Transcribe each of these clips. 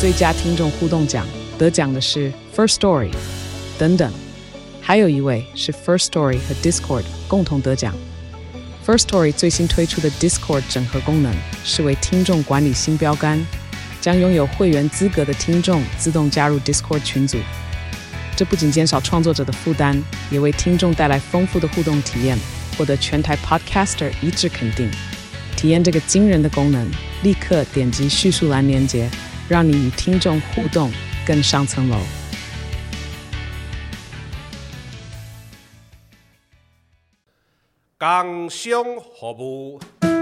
最佳听众互动奖，得奖的是 First Story 等等，还有一位是 First Story 和 Discord 共同得奖。First Story 最新推出的 Discord 整合功能是为听众管理新标杆，将拥有会员资格的听众自动加入 Discord 群组。这不仅减少创作者的负担，也为听众带来丰富的互动体验，获得全台 Podcaster 一致肯定。体验这个惊人的功能，立刻点击叙述栏连结，让你与听众互动更上层楼。 工商服务，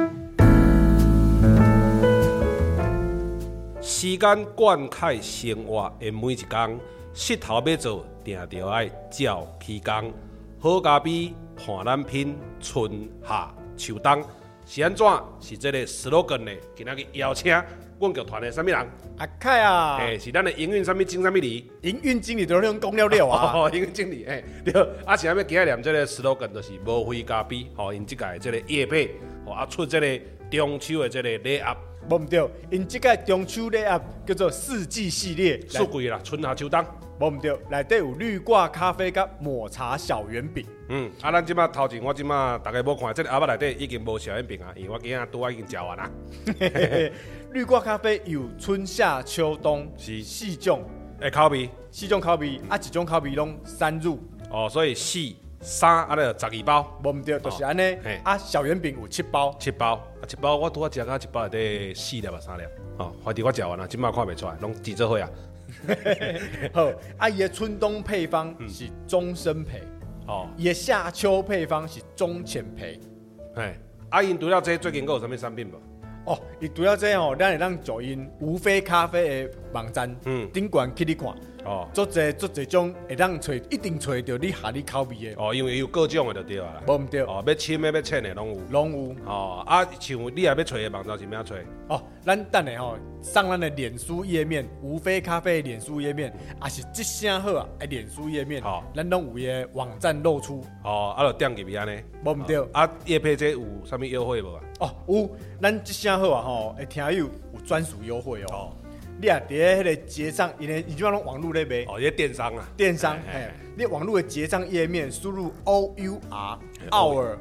时间灌溉生活的每一天，势头要做，定着爱照起工。好咖啡伴咱品，春夏秋冬是安怎？是这个 slogan 呢？今仔日邀请阮剧团的啥物人？ 阿凯啊， 是咱的营运啥物经啥物理？ 营运经理都用讲了啊。 营运经理，对。啊，是要今日念这个 slogan，就是无费咖啡，因即个这个业配，出这个中秋的这个礼盒。 无毋对，因即个中秋礼盒叫做四季系列， 四季啦，春夏秋冬。 无毋对，内底有绿挂咖啡甲抹茶小圆饼。 咱即马头前，我即马大家无看，这个盒仔内底已经无小圆饼啊，因为我今仔拄仔已经食完啦。 绿挂咖啡有春夏秋冬是四种的口味， 四种口味，一种口味拢3入。 所以4、3就12包。 无毋对，就是安尼。小圆饼有7包。 7包，7包我拄仔食到1包内底4粒啊3粒。反正我食完啦，即马看袂出来，拢记做伙啊。 好，伊的春冬配方是中深焙，伊的夏秋配方是中浅焙。 因除了这最近还有啥物产品无？ 伊除了这咱会当就因无非咖啡的网站，顶悬去你看，足侪种会当找，一定找到你合你口味的。 因为有各种的就对啦。 无毋对。 要深的要浅的拢有。 拢有。 像你也要找的网站是咩找？ 咱等下上咱的脸书页面，无非咖啡的脸书页面，也是即声好啊，脸书页面，咱拢有伊的网站露出。 就点入去安尼。 无毋对。 业配这有啥物优惠无啊？ 有，咱即声好啊的听友有专属优惠哦。你啊，伫迄个结账，因为即摆拢网络咧卖。 这电商啊。 电商，你网络的结账页面输入 OUR hour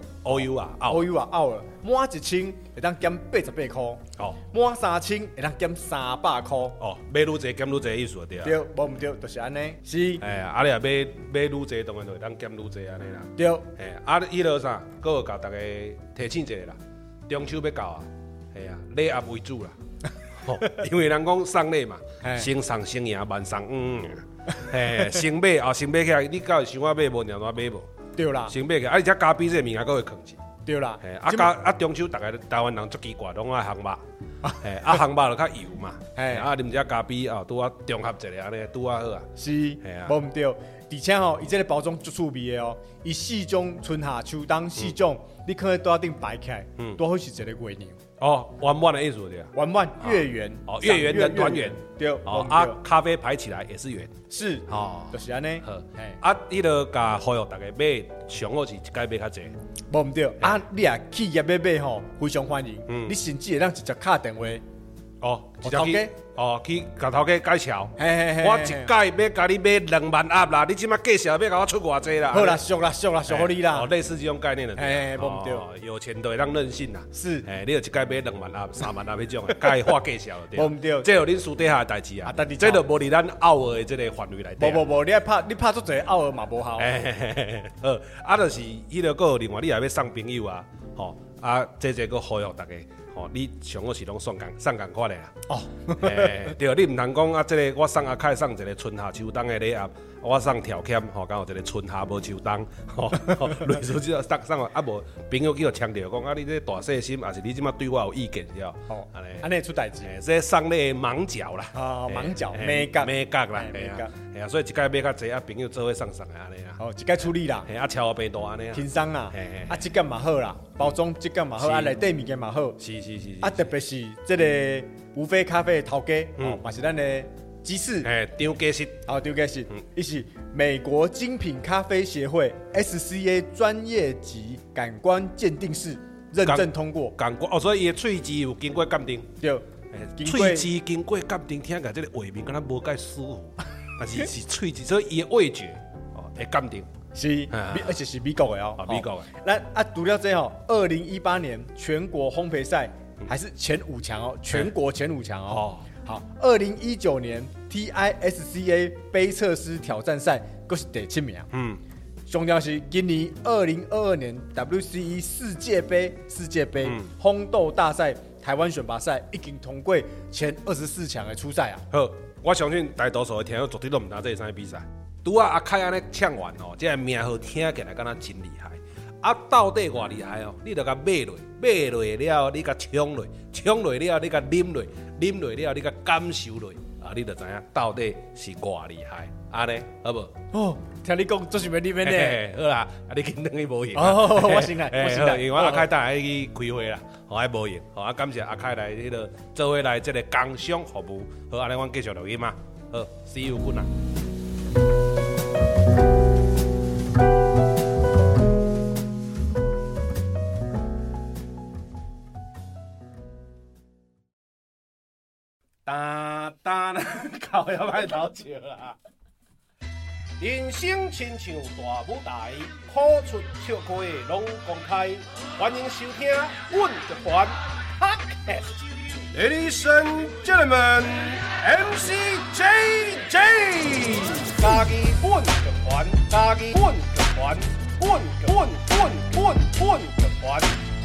hour，满1000会当减88块，满3000会当减300块。 买愈济减愈济意思对啊。 对，无毋对，就是安尼。是。 你若买愈济，当然就会当减愈济安尼啦。 对。 迄落啥，搁有甲大家提醒一下啦。中秋要到啊，礼盒为主啦。因为人讲送礼嘛，先送先赢，慢送先买先买起来，你敢有想要买无？然后买无？ 对啦， 先买起来，而且咖啡这个物件搁会控制。 对啦， 中秋大家台湾人足奇怪，拢爱烘肉，烘肉就较油嘛，啉只咖啡拄啊中和一下安尼，拄啊好啊。 是，无毋对，而且伊这个包装足趣味的伊4种春夏秋冬4种，你可以倒顶摆起来，多好是一个月娘。 圆满的意思对啊， 圆满月圆， 月圆人团圆， 对， 咖啡排起来也是圆， 是，就是安尼。 迄落甲呼吁大家买，上好是一届买较济， 无毋对。你啊企业要买非常欢迎，你甚至会当直接敲电话， 直接去甲头家介绍，我一届要甲你买2万盒啦，你即马介绍要甲我出偌济啦？ 好啦，俗啦，俗好你啦。 类似这种概念的， 无毋对， 有钱就会当任性啦。 是， 你就一届买2万盒、3万盒迄种，甲伊画介绍对。 无毋对， 这有恁私底下的代志啊，这就无伫咱奥尔的这个范围内底。 无，你拍足济奥尔嘛无效。 就是迄个个另外你也要送朋友啊，这个呼吁大家。你上好是拢送共款的啦。对，你唔通讲这个我送阿凯送一个春夏秋冬的礼盒，我送条签，刚有一个春夏无秋冬，类似这送无朋友叫强调讲你这大细心，还是你即马对我有意见是吧？ 安尼出代志， 这送礼盲角啦。 盲角， 美角啦，所以一届买较济朋友做伙送安尼啦。 一届处理啦， 超平大安尼啊。 轻松啦，质感嘛好啦，包装质感嘛好，内底物件嘛好。 是。 特别是这个无非咖啡的头家，嘛是咱的鸡翅， 张家实， 张家实，伊是美国精品咖啡协会 SCA 专业级感官鉴定师认证通过。 所以伊的喙质有经过鉴定。 对， 喙齿经过鉴定，听起来这个画面敢若无介舒服，但是喙齿，所以伊的味觉会鉴定。 是，而且是美国的美国的。 那除了这2018年全国烘焙赛还是前5强全国前5强好，2019年 TISCA 杯测师挑战赛，佫是第7名。重要是今年2022年 WCE 世界杯烘豆大赛台湾选拔赛已经通过前24强的初赛啊。 好，我相信大多数的听友绝对都唔知这是啥比赛。拄阿凯安尼唱完这个名号听起来敢若真厉害。到底偌厉害你著甲买落了，你甲冲落了，你甲啉落了，你甲感受落你著知影到底是偌厉害。安尼好无？ 听你讲，做啥物你免呢？ 好啦，你紧等去模型。 我先来， 因为我阿凯等下去开会啦，爱模型。感谢阿凯来迄个做伙来这个工商服务。好，安尼阮继续录音嘛。好 ，See you good night。靠，要歹偷笑啦！人生亲像大舞台，苦出笑开拢公开。欢迎收听阮集团 Podcast。Ladies and gentlemen, MC JJ， 家己阮集团，家己阮集团，阮集团。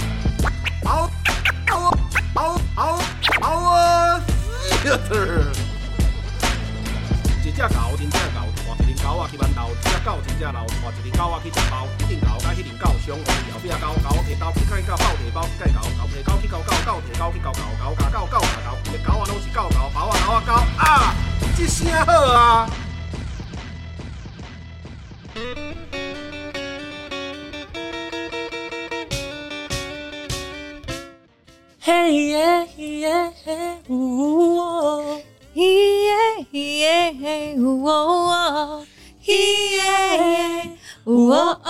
一只狗真正狗，换一只狗啊去馒头；一只狗真正老，换一只狗啊去食包。迄只狗甲迄只狗相同，后壁狗狗摕刀去砍狗，狗摕包去改狗，狗摕狗去搞狗，狗摕狗去搞狗，狗甲狗，狗甲狗，一个狗啊拢是狗，包啊狗啊狗啊！这声好啊！ 嘿耶耶嘿呜哦，嘿耶耶嘿呜哦，嘿耶呜哦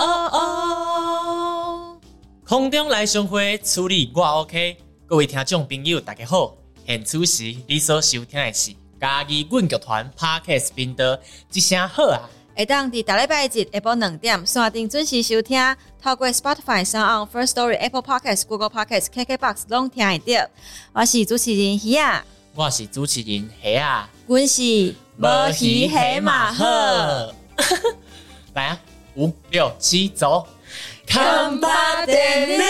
哦。空中来相会，处理我 OK。各位听众朋友，大家好，现此时你所收听的是家己阮剧团 Podcast 频道，一声好啊！ 会当伫每礼拜日下晡2點線定準時收聽，透過 Spotify、SoundOn、First Story、Apple Podcasts、Google Podcasts、KKBox 攏聽會到。我是主持人希亞， 我是主持人希亞， 阮是無魚蝦嘛好。來啊，5、6、7走。看吧的呢，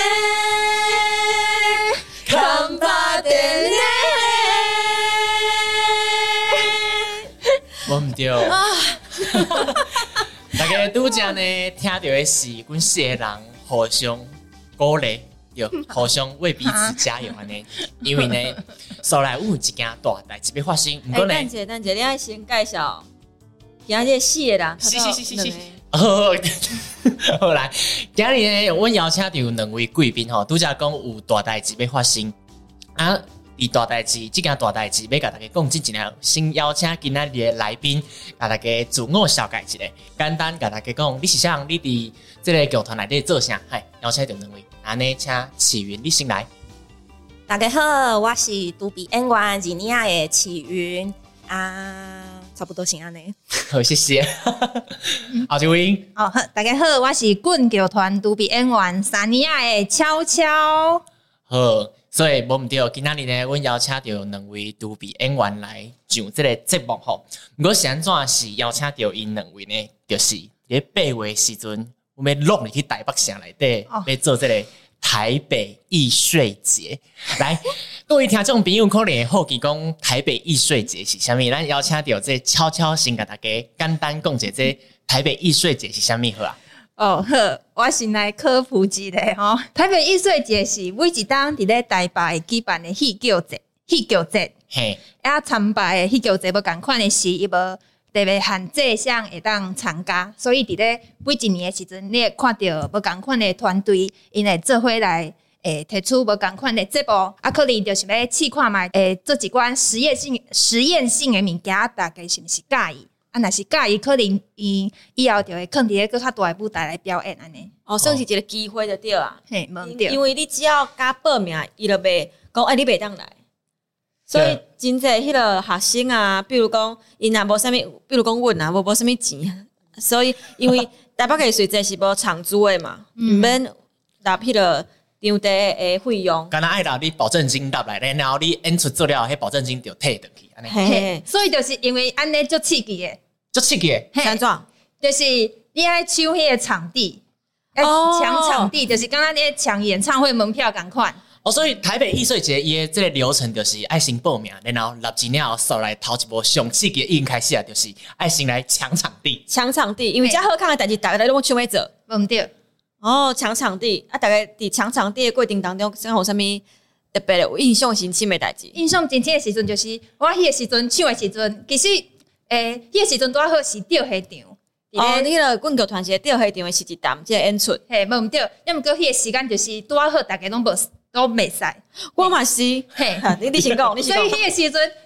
看吧的呢。我唔对。大家拄则呢，听到的是阮4个人互相鼓励，互相为彼此加油安尼。因为呢，所来有一件大代志要发生，不过呢， 等者，你爱先介绍，今日4个人， 是。好来，今日呢，阮邀请到2位贵宾吼，拄则讲有大代志要发生啊。大代志，这件大代志要甲大家讲真正先邀请今仔日的来宾，甲大家自我绍介一下，简单甲大家讲，你是啥？你伫这个剧团内底做啥？嗨，邀请到2位，安尼请启云你先来。 大家好，我是独臂演员2年的启云啊，差不多是安尼。 好，谢谢。后一位。 好，大家好，我是滚剧团独臂演员3年的悄悄。 好。所以无毋对，今仔日呢，阮邀请到2位独臂演员来上这个节目吼。不过是安怎是邀请到因2位呢？就是伫8月时阵，我们落入去台北城内底，要做这个台北艺穗节。来，各位听众朋友可能会好奇讲台北艺穗节是啥物？咱邀请到这悄悄先甲大家简单讲一下，这台北艺穗节是啥物好啊？ 好，我先来科普一下吼。台北艺穗节是每一档伫咧台北举办的戏剧节。 嘿， 参拜的戏剧节无共款的是，伊无特别限制项会当参加，所以伫咧每一年的时阵，你会看到无共款的团队，因会做伙来提出无共款的节目，可能就是要试看卖做一款实验性的物件，大家是毋是介意？若是介意，可能以后就会放伫咧更较大的舞台来表演安尼。 算是一个机会就对啊。 嘿，无对。 因为你只要加报名，伊就袂讲，你袂当来。 所以真侪迄个学生啊，比如讲因若无啥物，比如讲阮啊，无啥物钱，所以因为台北艺术节是无场租的嘛，毋免纳迄个场地的费用。 敢若爱拿你保证金拿来，然后你演出做了，迄保证金就退回去，安尼。 嘿， 所以就是因为安尼足刺激的， 足刺激的。 安怎？ 就是你爱抢迄个场地，抢场地，就是刚刚你抢演唱会门票共款。 所以台北艺术节伊的这个流程就是爱先报名，然后纳钱了后，来头一波上刺激已经开始啊，就是爱先来抢场地。 抢场地，因为遮好看的代志，大家拢抢要做。 毋对。 抢场地啊！大概伫抢场地的过程当中，想有啥物特别有印象深刻的代志？ 印象真深的时阵，就是我迄个时阵抢的时阵，其实迄个时阵拄好是吊戏场。 你迄个棍球团是吊戏场的是一站，即个演出。 嘿，无毋对，要毋过迄个时间就是拄好，大家拢袂使。 我嘛是， 嘿， 你先讲，你先讲。 所以迄个时阵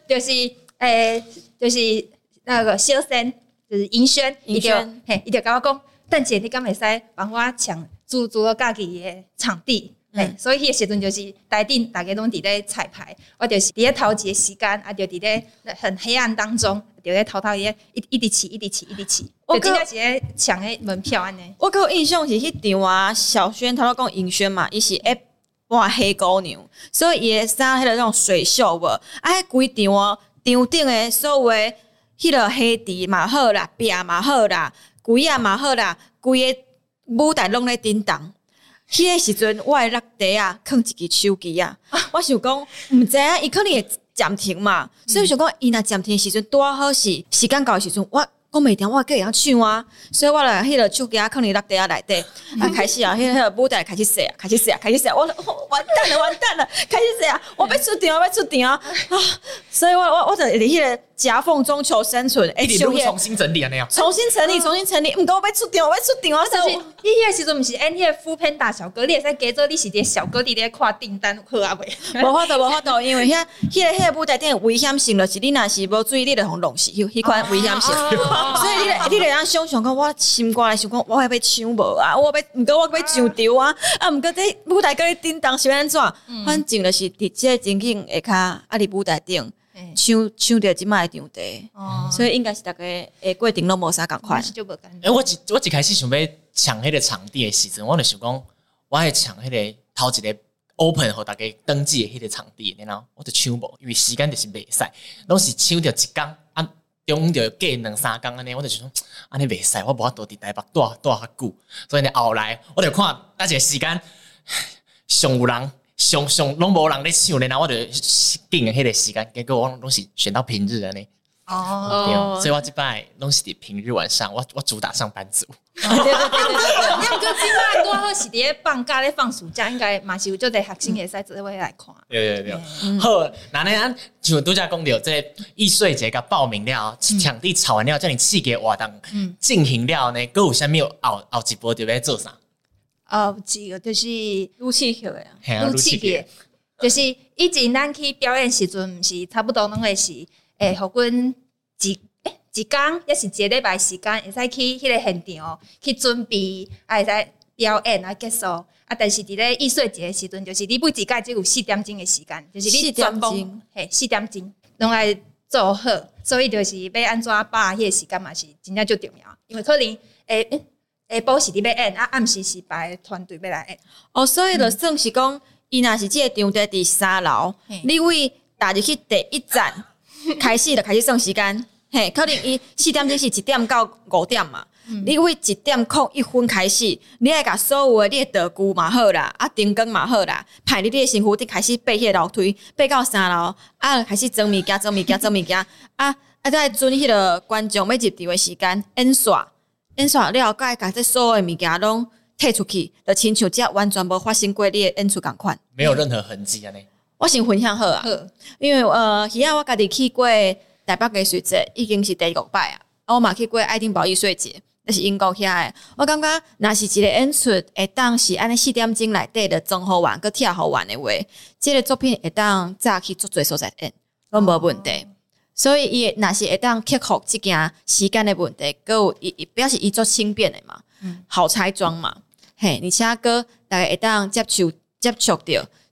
就是那个小生，就是银轩，伊就甲我讲。邓姐，你敢袂使帮我抢租我家己的场地？所以迄个时阵就是台顶大家拢伫咧彩排，我就是伫咧头一个时间，啊，就伫咧很黑暗当中，就咧偷咧一直起，就真正是咧抢迄门票安尼。 我有印象是迄场啊，小轩头讲银轩嘛，伊是扮黑姑娘，所以伊会衫迄个那种水袖无，迄规场哦，场顶的所有的迄个黑池嘛好啦，壁嘛好啦。规啊嘛好啦，规个舞台拢咧叮当。迄个时阵，我的落地啊，放一支手机啊。我想讲，毋知影伊可能会暂停嘛，所以想讲，伊若暂停的时阵，拄好是时间到的时阵，我讲袂定，我计会晓唱啊。所以我来迄个手机啊，放伫落地啊内底啊，开始啊，迄个舞台开始洗啊，我完蛋了，开始洗啊，我要出场啊！所以我就伫迄个夹缝中求生存， 重新整理啊那样， 重新成立。毋过我要出场啊！ 就是你迄个时阵，毋是演迄个副片大小哥，你会使假做你是伫小哥伫咧看订单好啊袂？ 无法度，因为迄个舞台顶危险性就是你若是无注意，你就互弄死，迄款危险性。所以你就当想讲，我心肝来想讲，我要抢无啊？毋过我要上场啊！毋过这舞台搁咧叮当是安怎？反正就是伫即个情景下骹伫舞台顶。抢到即摆的场地，所以应该是大家过程拢无啥共款。 我一开始想要抢迄个场地的时阵，我就想讲，我会抢迄个头一个 open 互大家登记的迄个场地，然后我就抢无，因为时间就是袂使，拢是抢着一工啊，中就隔2-3工安尼，我就想说安尼袂使，我无法度伫台北住较久，所以呢后来我就看哪一个时间上有人。上拢无人咧抢咧，然后我就定迄个时间，结果我拢是选到平日的呢。所以我即摆拢是伫平日晚上，我主打上班族。 对。不过即摆拄好是伫咧放假咧放暑假，应该嘛是有足侪学生会使做伙来看。 对。好，那咱像拄则讲到，这艺术节甲报名了，场地炒完了，叫你刺激活动进行了呢，佮有啥物后一步就要做啥？ 一个就是愈刺激的啊， 愈刺激的，就是以前咱去表演时阵，毋是差不多拢会是互阮一工，也是一个礼拜时间，会使去迄个现场去准备，会使表演啊结束。但是伫咧艺术节的时阵，就是你每一届只有4点钟的时间，就是你全部4点钟拢爱做好，所以就是要安怎把迄个时间嘛是真正最重要，因为可能下晡是你要演，暗时是别个团队要来演。 所以就算是讲，伊若是即个场地伫3楼，你为踏入去第1站开始就开始算时间，可能伊4点钟是1点到5点嘛。你为1点01分开始，你爱甲所有的你的道具嘛好啦，灯光嘛好啦，派你的身躯顶开始爬迄个楼梯，爬到3楼，开始装物件，再准迄个观众要入场的时间演煞了，该甲这所有的物件拢摕出去，就亲像这完全无发生过你的演出共款， 没有任何痕迹安尼。 我先分享好啊，因为迄我家己去过台北艺术节，已经是第5摆啊。我嘛去过爱丁堡艺术节，那是英国遐的。我感觉若是一个演出会当是安尼4点钟内底的装好完，佮跳好完的话，这个作品会当早去足侪所在演，拢无问题。所以伊若是会当克服即件时间的问题，佮有表示伊做轻便的嘛，好拆装嘛，而且佮大家会当接触到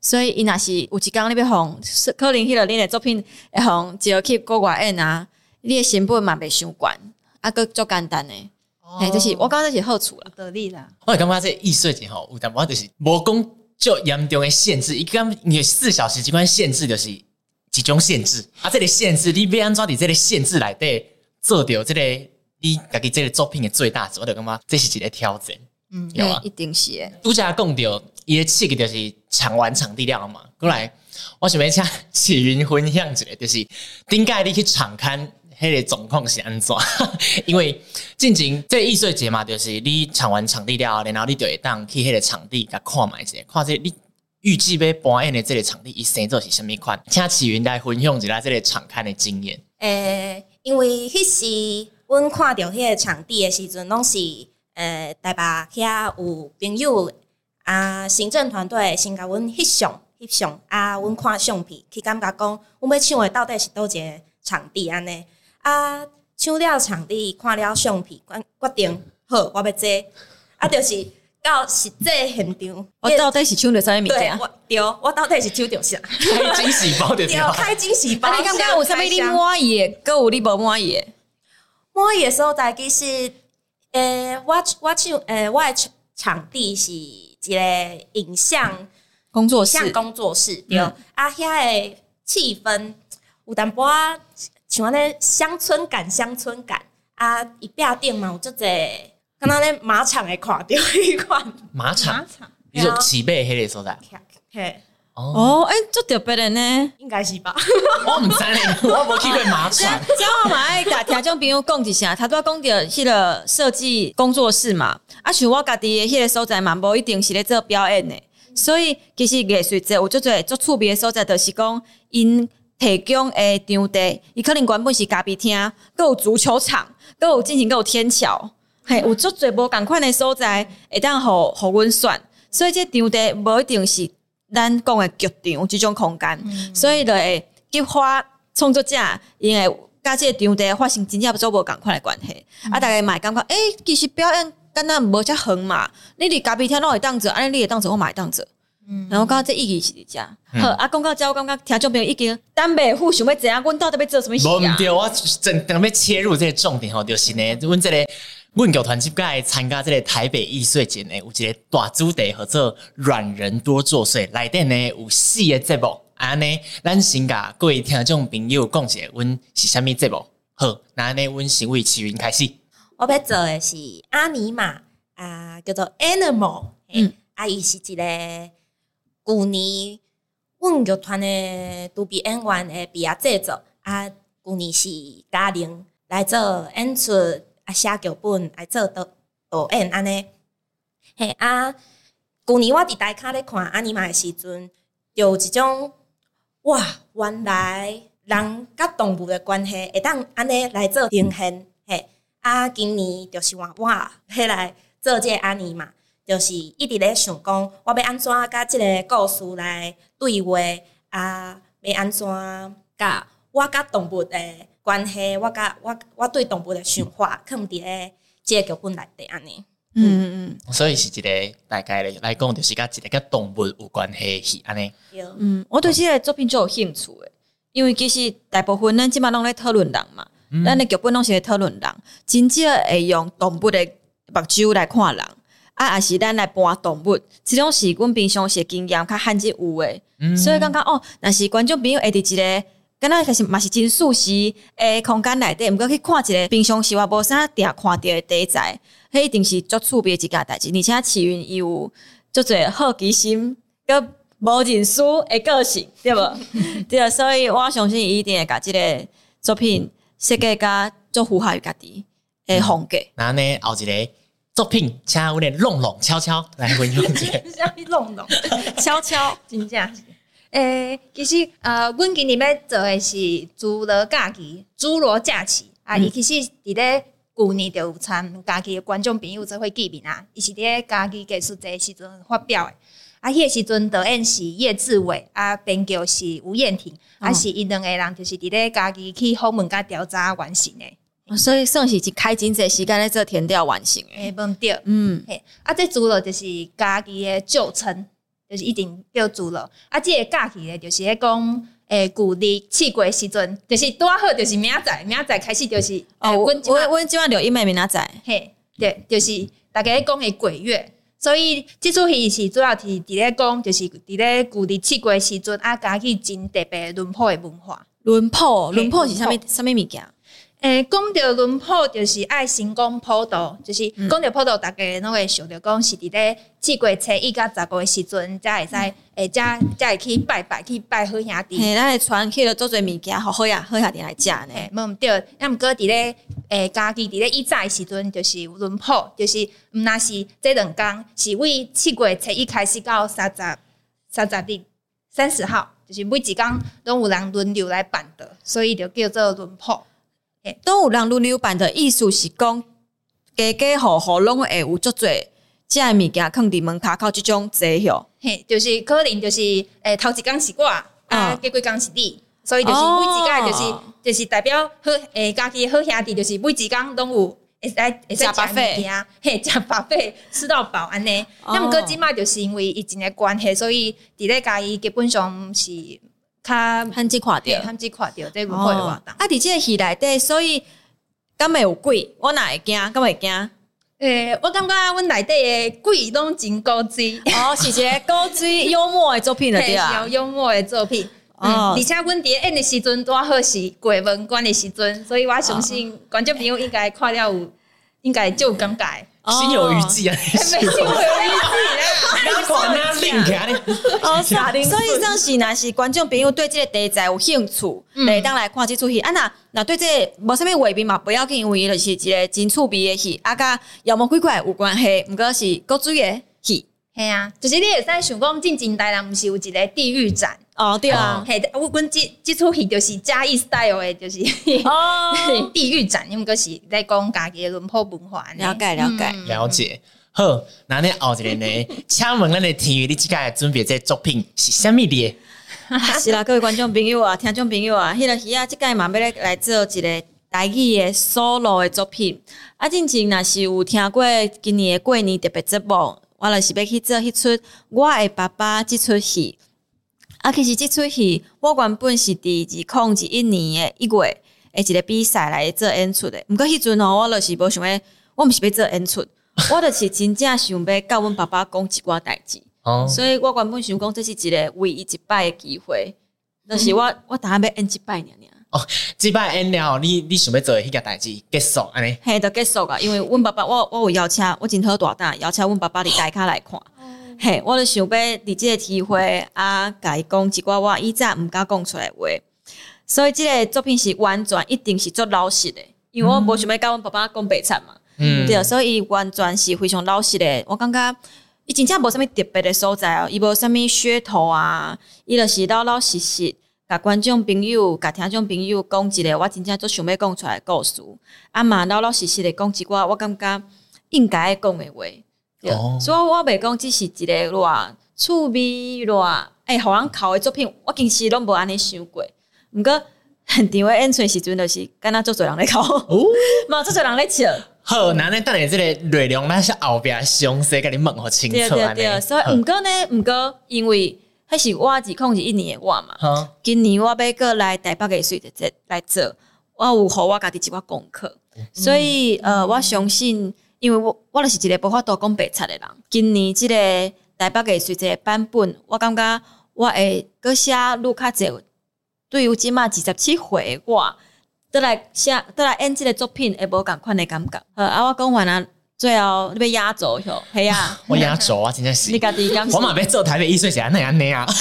所以伊若是有一天你要互，可能迄个恁的作品会互一个去国外演啊，你的成本嘛袂伤悬，啊，佫足简单诶。嘿，就是我感觉这是好处啦， 得力啦。 我感觉这艺术节吼，有淡薄就是无讲就严重的限制，伊讲你4小时这款限制就是一种限制啊，这个限制你要安怎伫这个限制内底做到这个你家己这个作品的最大值，我就感觉这是一个挑战。有啊， 一定是诶。 拄则讲到伊的刺激就是场完场地了嘛，过来我想要请启云分享一下，就是顶届你去场刊。迄个状况是安怎？因为进前这艺术节嘛，就是你场完场地了，然后你就会当去迄个场地甲看卖者，看这你预计要搬演的这个场地，伊生做是虾米款？请启云来分享一下这个场刊的经验。 因为迄时阮看到迄个场地的时阵，拢是台北遐有朋友啊，行政团队先甲阮翕相啊，阮看相片去感觉讲，阮要抢的到底是倒一个场地安尼。啊，抢了场地，看了相片，决定好，我要坐。啊，就是到实际现场， 我到底是抢到啥物物件？ 对，我到底是抢到啥？ 开惊喜包的对， 开惊喜包。 你感觉有啥物你满意的，佮有你无满意的？ 满意的所在其实，我抢我的场地是一个影像工作室， 对。啊，遐的气氛有淡薄仔。像安尼乡村感啊，伊壁顶嘛有足侪，敢若咧马场会看到迄款。 马场，你说起背迄个所在。 嘿。 哦，足特别的呢， 应该是吧？ 我唔知咧，我无去过马场。 只我嘛爱甲听众朋友讲一下，他拄仔讲到迄个设计工作室嘛，啊，像我家己的迄个所在嘛，无一定是咧做表演的，所以其实艺术节有足侪足趣味的所在，就是讲因。提供的场地，伊可能原本是咖啡厅，佮有足球场，佮有天桥，嘿，有足侪无共款的所在，会当互阮选。所以这场地无一定是咱讲的剧场这种空间，所以就会激发创作者因为甲这场地发生真正做无共款的关系。啊，大家嘛会感觉，其实表演敢若无遮远嘛，你伫咖啡厅拢会当做，安尼你会当做，我嘛会当做。然后我感觉这意义是伫遮。好，啊，讲到遮，我感觉听众朋友已经等袂赴想要知影，阮到底要做什么事啊？ 无毋对，我正要切入这个重点吼，就是呢，阮这个阮剧团即届参加这个台北艺术节呢，有一个大主题叫做“软人多作祟”，内底呢有4个节目，安尼咱先甲各位听众朋友讲一下，阮是啥物节目？好，那安尼阮先为启云开始。 我要做的是阿尼玛啊，叫做 Animal，啊，伊是一个。旧年，阮剧团的独臂演员的毕业制作啊，旧年是嘉玲来做演出啊，写剧本来做导演安尼。嘿啊，旧年我伫台卡咧看阿尼玛的时阵，就有一种哇，原来人甲动物的关系会当安尼来做呈现。嘿啊，今年就是话哇，迄来做这个阿尼玛。就是一直咧想讲，我要安怎甲即个故事来对话啊？要安怎甲我甲动物的关系，我对动物的想法，放伫咧即个剧本内底安尼。 所以是一个大概来讲，就是甲一个甲动物有关系戏安尼。 我对即个作品就有兴趣诶，因为其实大部分咱即摆拢咧讨论人嘛，咱的剧本拢是咧讨论人，真正会用动物的目睭来看人。啊，也是咱来搬动物，这种是阮平常时经验较罕至有诶，所以感觉若是观众朋友会伫一个，敢若开始嘛是真舒适诶空间内底，毋过去看一个平常时我无啥定看到诶题材，迄一定是足趣味一件代志。而且启云伊有足侪好奇心，佮无认输诶个性，对无？对，所以我相信伊一定会甲即个作品设计甲足符合于家己诶风格。 那呢，后一个。作品，请阮的弄弄悄悄来分享一下。 啥物弄弄悄悄， 真正是。其实阮今年要做的是侏罗假期，侏罗假期啊，伊其实伫咧旧年就有参假期的观众朋友做伙见面啊，伊是伫咧假期艺术节时阵发表的。啊，迄个时阵导演是叶志伟，啊，编剧是吴燕婷，啊，是因两个人就是伫咧假期去访问甲调查完成的。 所以算是一开真侪时间咧做填调完成诶， 无对，嘿，啊，这主要就是家己诶旧称， 就是已经标注了。啊，即个假期咧，就是咧讲，旧历试过时阵，就是拄好，就是明仔开始就是， 阮即晚就因为明仔载， 嘿，对，就是大家咧讲的鬼月，所以即出戏是主要是伫咧讲，就是伫咧旧历试过时阵，啊，加去真特别轮廓的文化。 轮廓是啥物物件？ 讲到轮廓，就是爱先讲普渡，就是讲到普渡，大家拢会想到讲是伫咧四月初1到15的时阵，才会使才会去拜好兄弟。 嘿，咱会传去了做侪物件，好兄弟来食呢。 无毋对，啊毋过伫咧家己伫咧以早的时阵，就是有轮廓，就是毋若是这2天，是为4月初1开始到30日30号，就是每一天拢有人轮流来办的，所以就叫做轮廓。 都有人轮流办的意思是讲，家户户拢会有足侪遮个物件放伫门骹口即种坐吼。 嘿，就是可能就是头一天是我，啊，隔几天是你，所以就是每一天就是代表好家己好兄弟，就是每一天拢有会使食物件，嘿，食饱费吃到饱安尼。那毋过即摆就是因为疫情的关系，所以伫咧家己基本上是。较罕只看到这文化的活动。 伫即个戏内底，所以敢会有鬼？我哪会惊？敢会惊？ 我感觉阮内底的鬼拢真古锥。 是一个古锥幽默的作品了，对啊， 幽默的作品。而且阮伫演的时阵，拄好是过门关的时阵，所以我相信观众朋友应该看了有，应该就有感觉。 心有余悸啊！ 心有余悸啦， 看那拎起来。 所以当时若是观众朋友对这个题材有兴趣，会当来看这出戏。啊，那对这个无啥物画面嘛，不要紧，因为就是一个真趣味的戏，啊，甲妖魔鬼怪有关系，毋过是古锥的戏。 系啊，就是你会使想讲，进前台人毋是有一个地狱展？ 对啊， 嘿，阮即出戏就是嘉义 style 的，就是地狱展，毋过是在讲家己的轮廓文化。 了解。好，那你后一个呢？请问咱的天宇，你即个准备这作品是啥物的？ 是啦，各位观众朋友啊，听众朋友啊，迄个戏啊，即个嘛要来做一个台语的 solo 的作品。啊，之前若是有听过今年的过年特别节目，我就是要去做迄出我的爸爸即出戏。啊，其实即出戏我原本是伫2021年的1月的一个比赛来做演出的，毋过迄阵我就是无想要，我毋是要做演出，我就是真正想要甲阮爸爸讲一寡代志。所以我原本想讲，这是一个唯一一摆的机会，就是我当下要演一摆尔。 即摆演了，你想要做迄个代志结束安尼？ 嘿，就结束啊！因为阮爸爸，我有邀请，我真好大胆邀请阮爸爸伫台卡来看。嘿，我就想要伫即个机会啊，甲伊讲一寡我以前毋敢讲出来的话。所以即个作品是完全一定是做老实的，因为我无想要甲阮爸爸讲白惨嘛。对，所以完全是非常老实的。我感觉伊真正无啥物特别的所在哦，伊无啥物噱头啊，伊就是老实实。甲观众朋友、甲听众朋友讲一个我真正最想要讲出来的故事，啊嘛老实实的讲一寡我感觉应该讲的话。所以我袂讲只是一个偌趣味偌互人哭的作品，我其实拢无安尼想过。毋过现场的演出时阵，就是敢若足侪人咧哭，嘛足侪人咧笑。 好，那等下这个内容，咱是后壁详细甲你问好清楚安尼。 对，所以毋过因为迄是我2021年的我嘛，今年我要过来台北艺术节来做，我有互我家己一寡功课，所以我相信。因为我就是一个无法度讲白贼的人。今年即个台北艺术节版本，我感觉我会搁写愈较济。对于即马27岁的我，倒来演即个作品，会无共款的感觉。啊，我讲完啊，最后你要压轴吼，系啊， 我压轴啊，真正是。 你家己感受。 我嘛要做台北艺术节，安尼啊。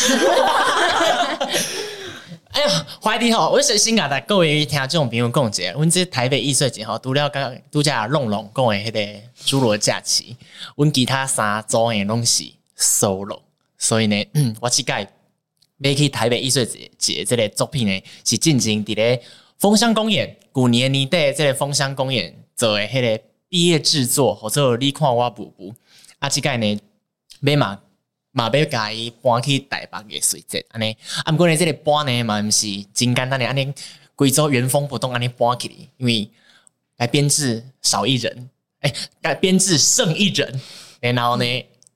哎呀，怀疑吼，我先甲各位听众朋友讲一下，阮这台北艺术节吼，拄则弄讲的迄个侏罗假期，阮其他3组的拢是 solo， 所以呢，我即届要去台北艺术节这个作品呢，是进行伫咧枫香公园，旧年底这个枫香公园做的迄个毕业制作，或者你看我补补，啊，即届呢，嘛要甲伊搬去台北艺术节安尼，啊，毋过呢，这个搬呢嘛毋是真简单的安尼，规组原封不动安尼搬起来，因为来编制少一人，来编制剩一人，然后呢，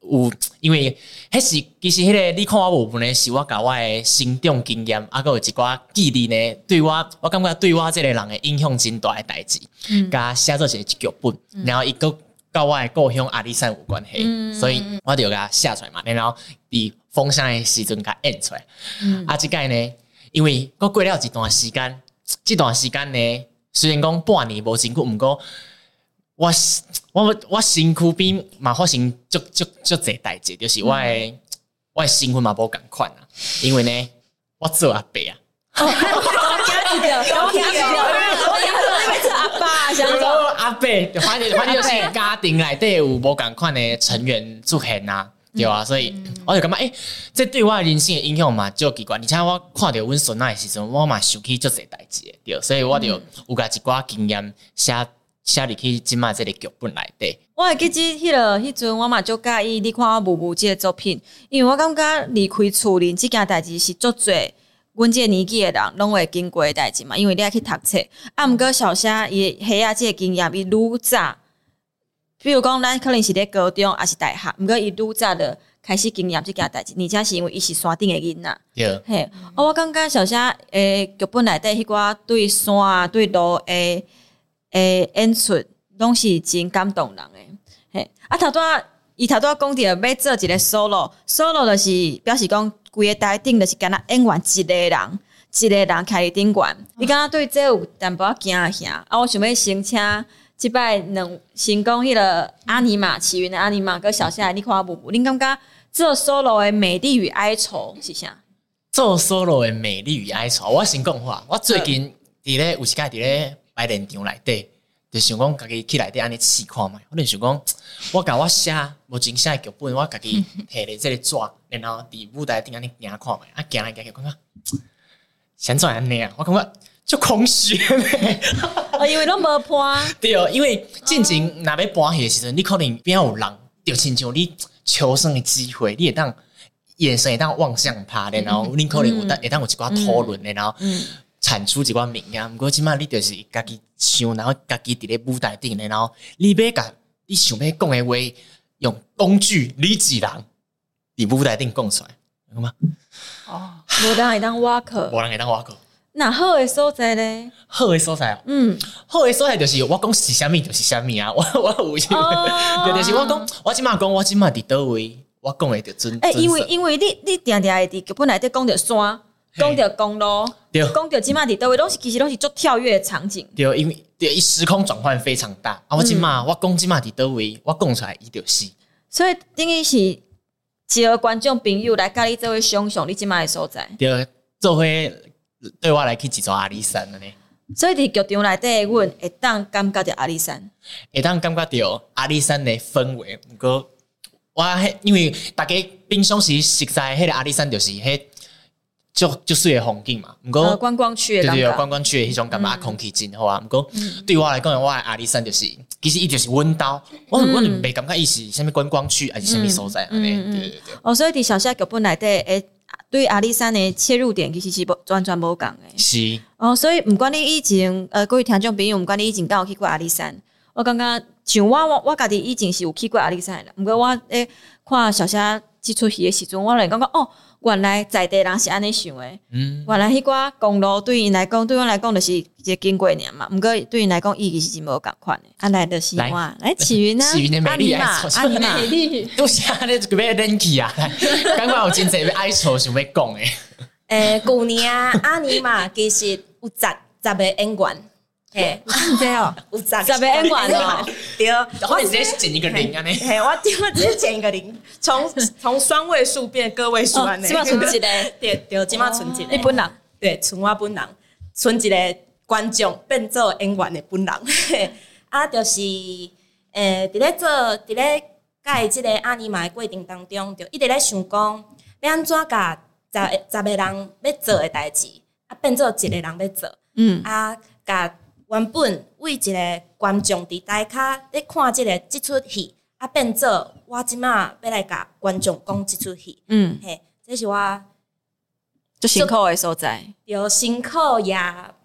有，因为迄是其实迄个你看我无问的是我甲我的成长经验，还有一寡记忆呢，对我感觉对我这个人的影响真大的代志，甲写做一个剧本，然后伊个甲我的故乡阿里山有关系，所以我就甲写出来嘛，然后伫封箱的时阵甲演出来。即届呢，因为我过了一段时间，这段时间呢，虽然讲半年无真久，毋过我身躯边嘛发生足侪代志，就是我的身份嘛无共款啊，因为呢，我做阿伯啊。 我听到，阿爸想做阿伯，反正就是家庭内底有无共款的成员出现啊，对啊，所以我就感觉这对我的人生的影响嘛足奇怪，而且我看到阮孙仔的时阵，我嘛想起足侪代志的，对，所以我就有甲一寡经验写入去即卖这个剧本内底。 我会记起迄阵，我嘛足介意你看我母母即个作品，因为我感觉离开厝里即件代志是足侪阮即个年纪的人拢会经过的代志嘛。因为你爱去读册，毋过小写伊黑仔即个经验伊愈早，比如讲咱可能是咧高中还是大学，毋过伊愈早的开始经验即件代志，而且是因为伊是山顶的囡仔。 对， 嘿，我感觉小写剧本内底迄寡对山啊、对路演出拢是真感动人诶。嘿，伊头拄仔讲着要做一个 solo， 就是表示讲规个台顶就是敢若演员一个人徛伫顶悬，伊敢若对这有淡薄仔惊吓。我想要先请即摆先讲迄个阿尼玛起源的阿尼玛跟小夏，你看我母母，恁感觉做 solo 的美丽与哀愁是啥？ 做 solo 的美丽与哀愁，我先讲话，我最近伫咧有一届伫咧排练场内底，就想讲家己去内底安尼试看觅。我就想讲，我甲我写无真写剧本，我家己摕咧这个纸，然后伫舞台顶安尼行看觅，行来行去，感觉先怎安尼啊？我感觉就空虚咧。 因为拢无伴。 对，因为进前若要搬戏的时阵，你可能边有人，就亲像你求生的机会，你会当眼神会当望向他，然后你可能会当有一寡讨论，然后产出一寡名言。不过即摆你就是家己想，然后家己伫咧舞台顶，然后你要甲你想要讲的话，用工具理智人伫舞台顶讲出来，懂吗？ 无人会当挖课， 无人会当挖课。 那好的所在咧？ 好的所在好的所在就是我讲是啥物就是啥物啊！我有就是我讲，我即马讲我即马伫倒位，我讲的就准。 因为你定定会伫剧本内底讲着山，讲着公路，讲着即马伫倒位，其实拢是足跳跃的场景。 对，因为对时空转换非常大啊！我即马我讲即马伫倒位，我讲出来伊就是。 所以等于是一个观众朋友来甲你做伙想象你即马的所在。 对，做伙。对我来去一座阿里山了呢， 所以伫剧场内底，阮会当感觉到阿里山， 会当感觉到阿里山的氛围。不过我因为大家平常时熟悉迄个阿里山，就是迄足水的风景嘛。不过观光区的感觉， 对观光区的迄种感觉，空气真好啊。不过对我来讲，我的阿里山就是其实伊就是阮兜，我袂感觉伊是啥物观光区还是啥物所在安尼。对。 所以伫小写剧本内底对阿里山的切入点其实是完全无共的。 是。 所以毋管你以前各位听众朋友，毋管你以前敢有去过阿里山，我感觉像我家己以前是有去过阿里山的，毋过我看小写即出戏的时阵，我来感觉原来在地人是安尼想的。原来迄寡公路对因来讲，对阮来讲就是一个经过尔嘛。毋过对因来讲，意义是真无共款的。来就是我来起云啊， 起云的美丽阿尼玛， 都是安尼就要冷气啊！感觉有真侪要哀愁想要讲的。旧年阿尼玛其实有10个演员。嘿， 这哦， 有10 个演员哦， 对， 我直接减一个0安尼。 嘿，我直接减一个0，从双位数变个位数安尼。 即马剩一个， 对，即马剩一个。 你本人对，剩我本人，剩一个观众变做演员的本人。就是伫咧甲即个阿尼玛的过程当中，就一直咧想讲，要安怎甲10个人要做的代志，变做一个人要做。甲原本为一个观众伫台骹咧看即出戏，变做我即马要来甲观众讲即出戏。嘿，这是我最辛苦的所在。 有辛苦也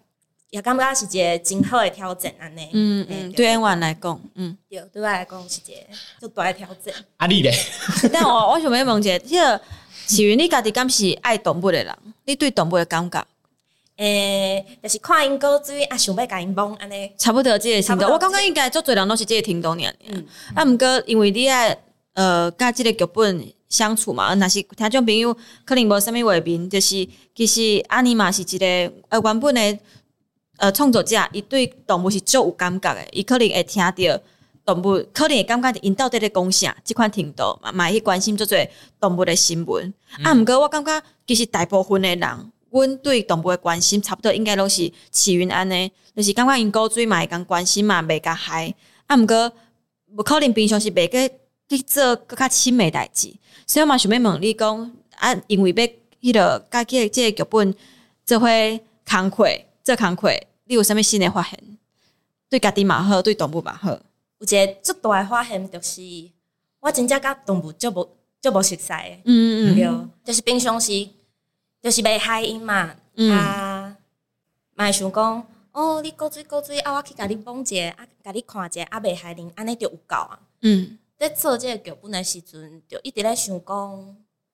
也感觉是一个真好的挑战安尼。 对演员来讲， 对，对我来讲是一个足大的挑战。 啊你咧？ 但我想要问一下，迄个启云，你家己敢是爱动物的人？你对动物的感觉？ 就是看因过水，啊，想要甲因摸安尼。 差不多这个程度，我感觉应该足侪人都是这个程度尔。啊，毋过因为你爱甲即个剧本相处嘛，若是听众朋友可能无啥物画面，就是其实阿尼玛是一个原本的创作者，伊对动物是足有感觉的，伊可能会听到动物，可能会感觉因到底咧讲啥，即款程度嘛，会去关心足侪动物的新闻。啊，毋过我感觉其实大部分的人。阮对动物的关心差不多应该拢是起云安尼，就是感觉因古水嘛会共关心嘛，袂甲害。啊，毋过无可能平常是袂去做更较深的代志，所以我嘛想要问你讲啊，因为要迄个甲即个剧本做伙工课，你有啥物新的发现？对家己嘛好，对动物嘛好。 有一个足大的发现，就是我真正甲动物足无熟悉的。对，就是平常时。就是袂害因嘛，嘛会想讲，哦，你古水，啊，我去甲你摸者，啊，甲你看者，啊，袂害恁，安尼就有够啊。在做这个剧本的时阵，就一直咧想讲，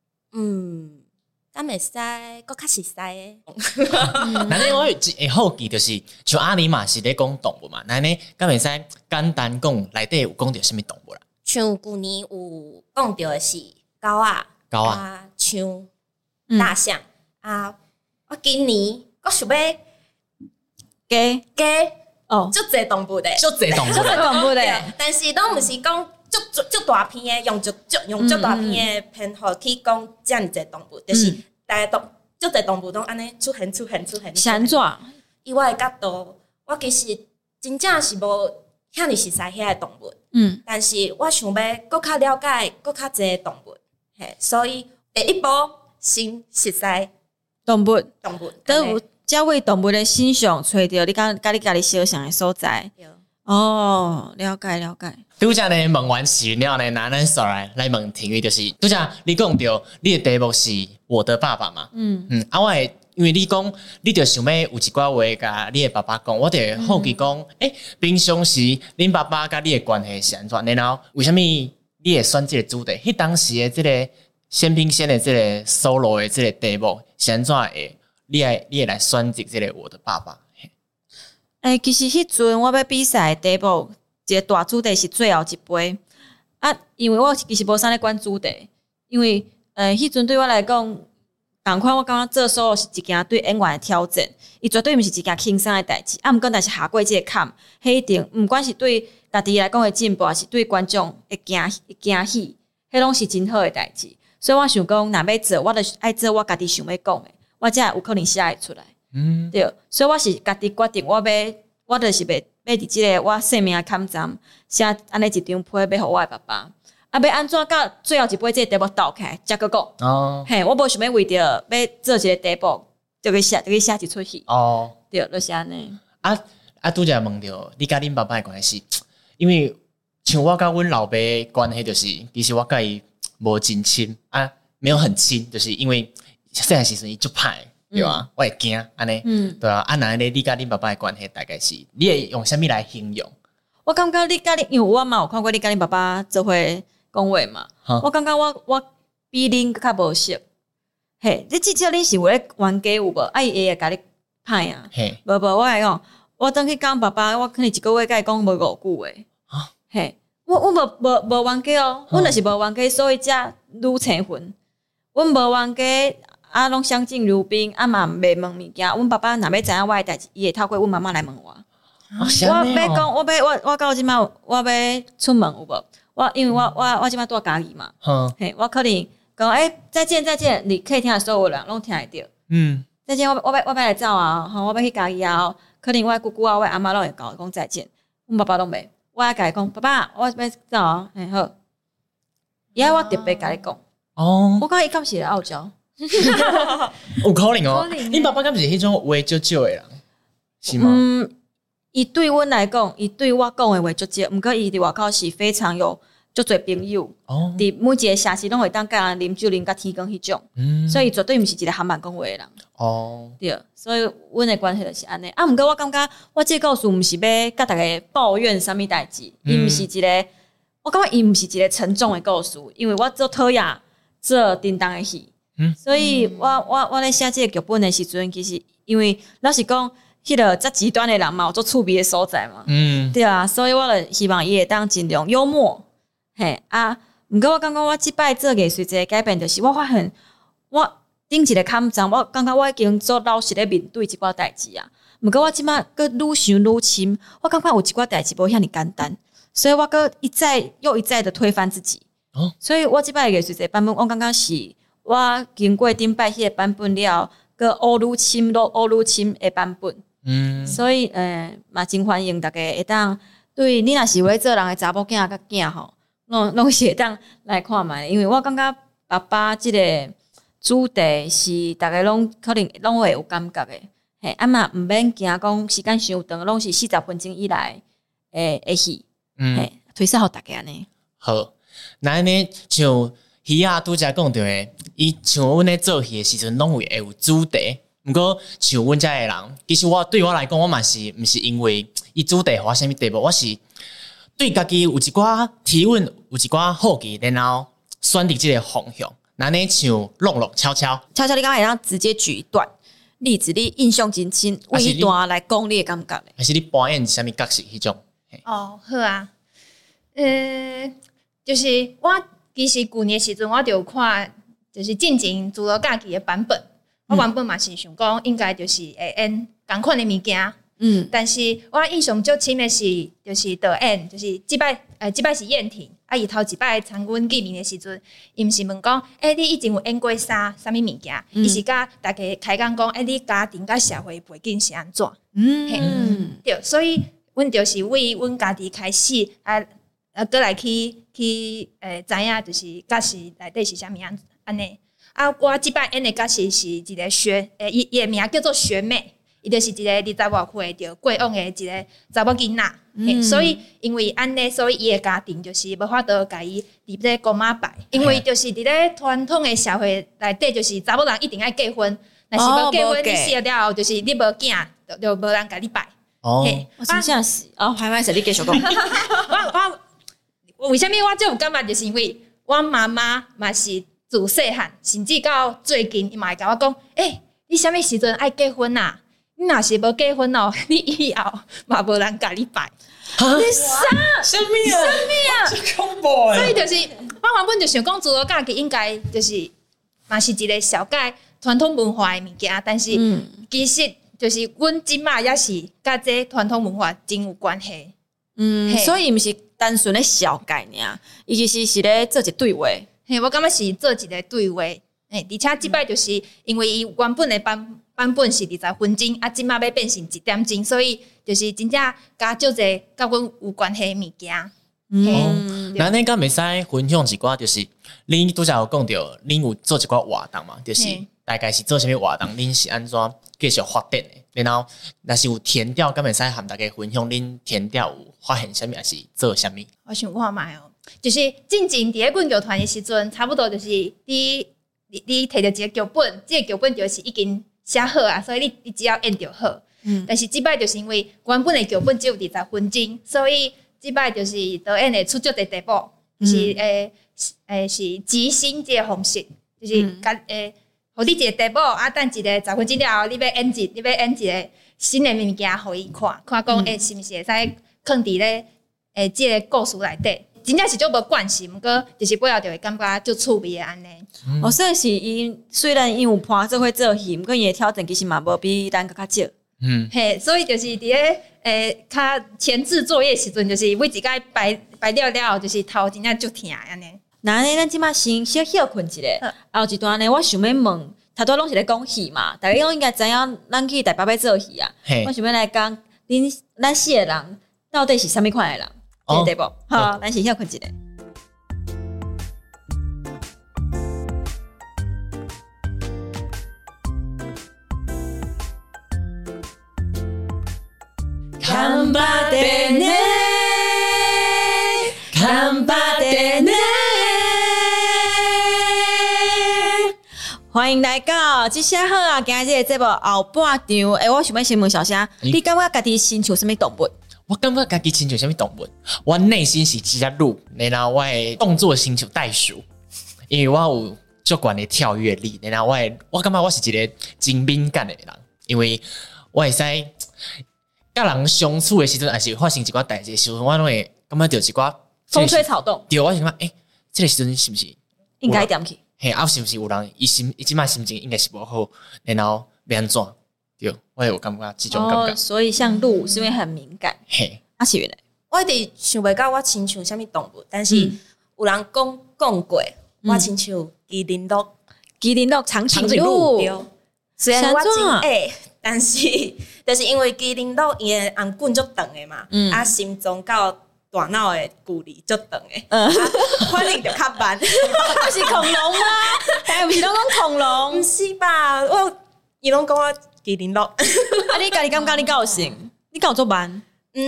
敢会使搁较实在诶。 那呢，我会好奇，就是像阿尼玛是咧讲动物嘛，那呢，敢会使简单讲内底有讲到什么动物啦？ 像旧年有讲到的是狗啊，像大象。我今年我想要加足侪动物的， 足侪动物的， 但是拢毋是讲足大片的，用足大片的篇幅去讲遮尔侪动物，就是足侪动物拢安尼出现。 是安怎？ 以我的角度，我其实真正是无遐尼熟悉遐个动物，但是我想要搁较了解搁较侪动物，所以第一步先熟悉。动物，都有才为动物的形象找到你甲你家己相像的所在。哦，了解。 拄则呢问完是了呢，那咱来问婷宇，就是拄则你讲到你的题目是我的爸爸嘛？我会因为你讲你就想要有一寡话甲你的爸爸讲，我就会好奇讲，平常时恁爸爸甲你的关系是安怎？然后为什么你会选这个主题？迄当时的这个。先评先的这个 solo 的这个题目是安怎会？你会来选择这个我的爸爸？ 其实迄阵我要比赛的题目，一个大主题是最后一杯啊，因为我其实无啥咧管主题，因为迄阵对我来讲，同款我感觉做 solo 是一件对演员的挑战，伊绝对毋是一件轻松的代志。啊，毋过但是下过这个坎，迄一定毋管是对家己来讲的进步，还是对观众会惊喜，迄拢是真好的代志。所以我想讲，若要做，我就爱做我家己想要讲的，我才有可能写会出来。对，所以我是家己决定，我就是要伫即个我生命的坎站写安尼一张批要互我的爸爸。啊，要安怎甲最后一杯这个题目倒开，才搁讲。我无想要为着要做一个题目，就去写一出戏。对，就是安尼。 拄则问着你甲恁爸爸的关系，因为像我甲阮老爸的关系，就是其实我甲伊。无真亲啊，没有很亲，就是因为细汉时阵伊足歹，对吧？我会惊安尼，对啊。那你甲恁爸爸的关系大概是，你会用啥物来形容？ 我感觉你甲你，因为我嘛有看过你甲恁爸爸做伙讲话嘛，我感觉我比恁较无熟。你至少恁是有咧冤家有无？伊会甲你歹啊？无，我来讲，我当去讲爸爸，我可能一个月甲伊讲无5句话。我无冤家哦，阮就是无冤家，所以才愈生分。阮无冤家，拢相敬如宾，嘛袂问物件。阮爸爸若要知影我的代志，伊会透过阮妈妈来问我。我要讲，我到即摆，我要出门有无？因为我即摆住家己嘛。我可能讲再见，你可以听所有人拢听会到。再见，我要来走啊！我要去家己啊！可能我姑姑啊，我阿妈拢会甲我讲再见，阮爸爸拢袂。我甲伊讲，爸爸，我要走啊！好，伊爱我特别甲你讲。我感觉伊敢是傲娇。 有可能哦。恁爸爸敢是迄种话少少的人，是吗？ 伊对阮来讲，伊对我讲的话足少，毋过伊伫外口是非常有足侪朋友，伫每一个城市拢会当甲人啉酒啉甲天光迄种，所以绝对毋是一个含慢讲话的人。对，所以阮的关系就是安尼。毋过我感觉我这个故事毋是要甲大家抱怨啥物代志，伊毋是一个，我感觉伊毋是一个沉重的故事，因为我做讨厌做叮当的戏，所以我咧写这个剧本的时阵，其实因为老实讲，迄个遮极端的人嘛，有做趣味的所在嘛，对啊，所以我就希望伊会当尽量幽默。毋过我感觉我即摆做艺术节改变，就是我发现我顶一个坎站，我感觉我已经做老实咧面对一寡代志啊。毋过我即摆佫愈想愈深，我感觉有一寡代志无遐尔简单，所以我佫一再又一再的推翻自己。所以我即摆艺术节版本，我感觉是我经过顶摆迄个版本了，佫愈深的版本。所以嘛真欢迎大家会当对你若是有咧做人的查某囝甲囝吼。拢是会当来看卖，因为我感觉爸爸即个主题是大家拢可能拢会有感觉的，嘛毋免惊讲时间伤长，拢是40分钟以内的戏，推荐互大家呢。 好，那安尼像鱼仔拄则讲着诶，伊像阮咧做戏诶时阵，拢会有主题。毋过像阮遮诶人，其实对我来讲，我嘛是毋是因为伊主题互我啥物题目，我是。对家己有一寡提问，有一寡好奇，然后选择这个方向。那呢像弄弄悄悄， 你刚才让直接举一段例子，你印象真深，为一段来讲你的感觉。 还是你扮演什么角色迄种？ 好啊，就是我其实旧年时阵我就有看，就是进前侏罗纪的版本。我原本嘛是想讲，应该就是会演同款的物件。但是我印象最深的是，就是导演，就是即摆是燕婷，伊头一摆参阮见面的时阵，伊毋是问讲，你以前有演过啥物物件？伊是甲大家开讲讲，你家庭甲社会背景是安怎？对，所以阮就是为阮家己开始，过来去知影，就是角色内底是啥物安尼。我即摆演的角色是一个伊的名叫做学妹。伊就是一个25岁就过往的一个查某囡仔，所以因为安尼，所以伊的家庭就是无法度甲伊立咧公妈牌，因为就是伫咧传统的社会内底，就是查某人一定要结婚，若是无结婚，你死了后，就是你无囝，就无人甲你拜。 我真正是还歹势，你继续讲。 我为虾米我最有感觉，就是因为我妈妈嘛是自细汉，甚至到最近，伊嘛会甲我讲，你啥物时阵爱结婚啊？你若是无结婚哦，你以后嘛无人甲你拜。你啥物啊？恐怖诶！ 所以就是我原本就想讲，侏罗纪应该就是嘛是一个小概传统文化诶物件，但是其实就是阮即马也是甲这传统文化真有关系。 所以毋是单纯诶小概尔，伊其实是咧做一对话。 我感觉是做一个对话。而且即摆就是因为伊原本诶版本是20分钟，即马要变成1点钟，所以就是真正加足侪甲阮有关系诶物件。 那恁敢袂使分享一寡，就是恁拄则有讲到，恁有做一寡活动嘛？就是大概是做啥物活动？恁是安怎继续发展的？然后若是有填调，敢袂使和大家分享恁填调有发现啥物，还是做啥物？ 我想看卖哦，就是进前伫咧阮剧团的时阵，差不多就是你摕到一个剧本，这个剧本就是已经写好啊，所以你只要演就好。但是即摆就是因为原本的剧本只有20分钟，所以即摆就是导演会出足个题目，就是是即兴这个方式，就是互你一个题目啊，等一个10分钟了后，你要演一个新的物件，互伊看讲是毋是会使放伫咧这个故事内底。真正是足无惯性，毋过就是尾后就会感觉足趣味的安尼。 所以是因虽然因有伴做伙做戏，毋过伊的挑战其实嘛无比咱较少。 所以就是伫咧较前置作业时阵，就是每一摆摆了后，就是头真正足疼安尼。 那安尼咱即马先小休困一下，后一段呢，我想要问，头拄拢是咧讲戏嘛，大家拢应该知影，咱去台北要做戏啊。我想要来讲，咱4个人到底是啥物款的人？对不？好，咱先休困一下。 看吧でね看吧で欢迎来到即下好啊！今日这个节目后半场，我想要先问小虾，你感觉家己亲像什么动物？ 我感觉家己亲像什么动物？我内心是一只鹿，然后我的动作亲像袋鼠，因为我有足悬的跳跃力，然后我感觉我是一个真敏感的人，因为我会使甲人相处的时阵，还是发生一寡代志的时阵，我拢会感觉到一寡风吹草动。 对，我是感觉这个时阵是不是应该点去？ 嘿，是不是有人伊即摆心情应该是无好，然后要安怎？对，我有感觉这种感觉。 所以像鹿是因为很敏感。 嘿， 是原来我一直想袂到我亲像什么动物，但是有人讲过，我亲像麒麟鹿。 麒麟鹿、长颈鹿。 虽然我真矮，但是就是因为麒麟鹿伊的颔棍足长的嘛，心脏到大脑的距离足长的，反应就较慢。 那是恐龙吗？不是拢讲恐龙？ 不是吧？伊拢讲我麒麟鹿。 你家己感觉你高兴？你敢有做慢？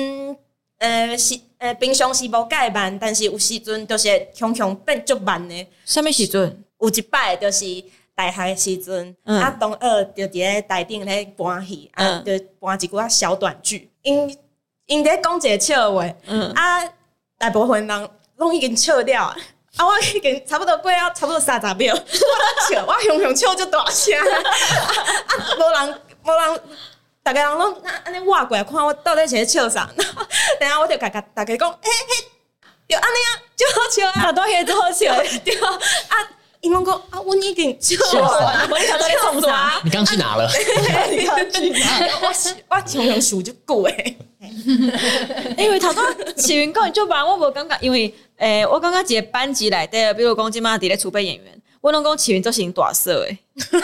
平常是无介慢，但是有时阵就是常变足慢的。 什么时阵？ 有一摆就是大学的时阵，同学就伫咧台顶咧搬戏，就搬一寡小短剧。因咧讲一个笑话，大部分人拢已经笑了。我已经差不多过了差不多30秒，我笑，我雄笑就大声，无人，大家人拢安尼挖过来看我到底是咧笑啥，然后我就甲大家讲，就安尼啊，就好笑啊， 好多嘢都好笑， 对啊，因拢讲我已经笑完， 我头在冲啥？ 你刚去哪了？ 我雄数就久诶。 因为头拄启云讲就慢，我无感觉，因为我感觉一个班级内底，比如讲即马伫咧储备演员，我拢讲启云做是大色诶，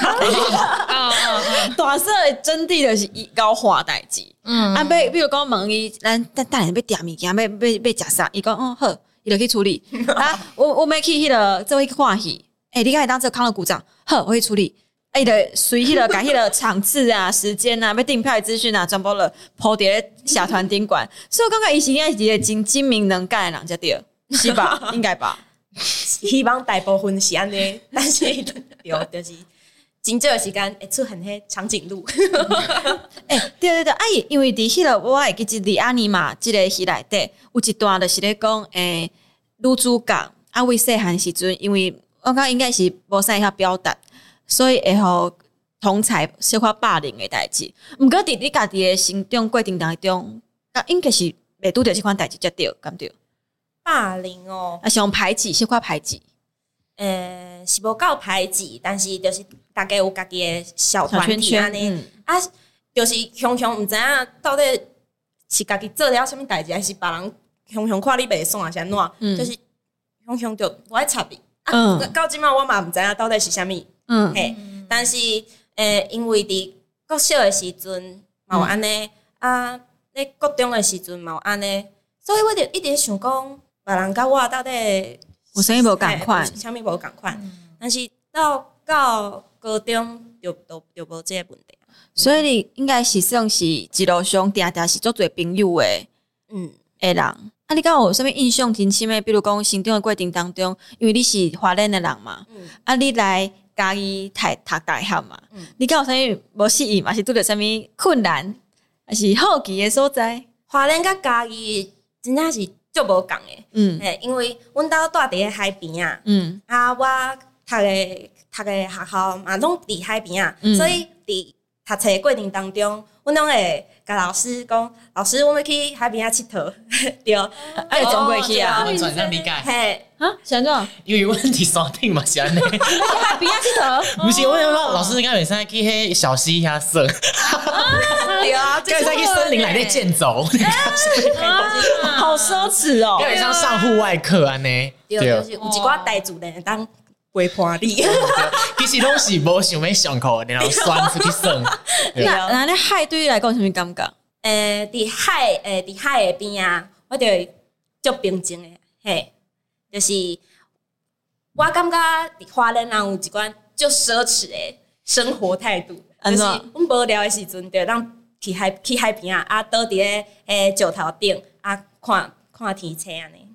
大色的真谛就是搞化代志。比如讲问伊，咱等下要点物件，要食啥？伊讲好，伊就去处理。我要去迄个做去看戏，你敢会当做康乐股长？好，我去处理。就随迄个改迄个场次啊、时间啊、要订票的资讯啊，全部了铺伫咧社团顶管，所以我感觉伊是应该是一个真精明能干的人才对，是吧？应该吧？ 希望大部分是安尼，但是对，就是真少时间会出现迄长颈鹿。 对，因为伫迄个我会记得阿尼玛即个戏内底有一段就是咧讲女主角为细汉时阵，因为我感觉应该是无啥会晓表达。所以会互同侪小可霸凌的代志，毋过伫你家己的成长过程当中，应该是袂拄着即款代志才对，敢对？ 霸凌哦， 是用排挤，小可排挤。 是无够排挤，但是就是大家有家己的小团体安尼，就是常毋知影到底是家己做了什么代志，还是别人常看你袂爽是安怎，就是常就我爱插你。到即马我嘛毋知影到底是啥物。但是因为伫国小的时阵嘛有安尼，咧国中的时阵嘛有安尼，所以我就一直想讲，别人甲我到底有啥物无共款， 啥物无共款。但是到高中就无这个问题。 所以你应该是算是一路上定是做侪朋友的，人。你敢有啥物印象真深的？比如讲成长的过程当中，因为你是华人的人嘛，你来嘉义读大学嘛，你敢有啥物无适应嘛？是拄着啥物困难，还是好奇的所在？ 华人甲嘉义真正是足无共的，因为阮兜住伫咧海边我读的学校嘛拢伫海边所以伫读册的过程当中，阮拢会甲老师讲，老师，我要去海边佚佗，对， 总过去啊， 我转向理解。 嘿， 是安怎？ 因为阮伫山顶嘛是安尼， 海边佚佗， 不是我老师应该袂使去迄小溪遐耍， 对啊， 该使去森林内底健走， 好奢侈哦， 该像上户外课安尼， 对，就是有一寡代志咧当陪伴你。 其实拢是无想要上课，然后选出去耍。 那咧海对你来讲有啥物感觉？ 伫海的边我就足平静的，嘿，就是我感觉伫华人人有一款足奢侈的生活态度，就是阮无聊的时阵，就当去海边倒伫咧石头顶看天星安尼。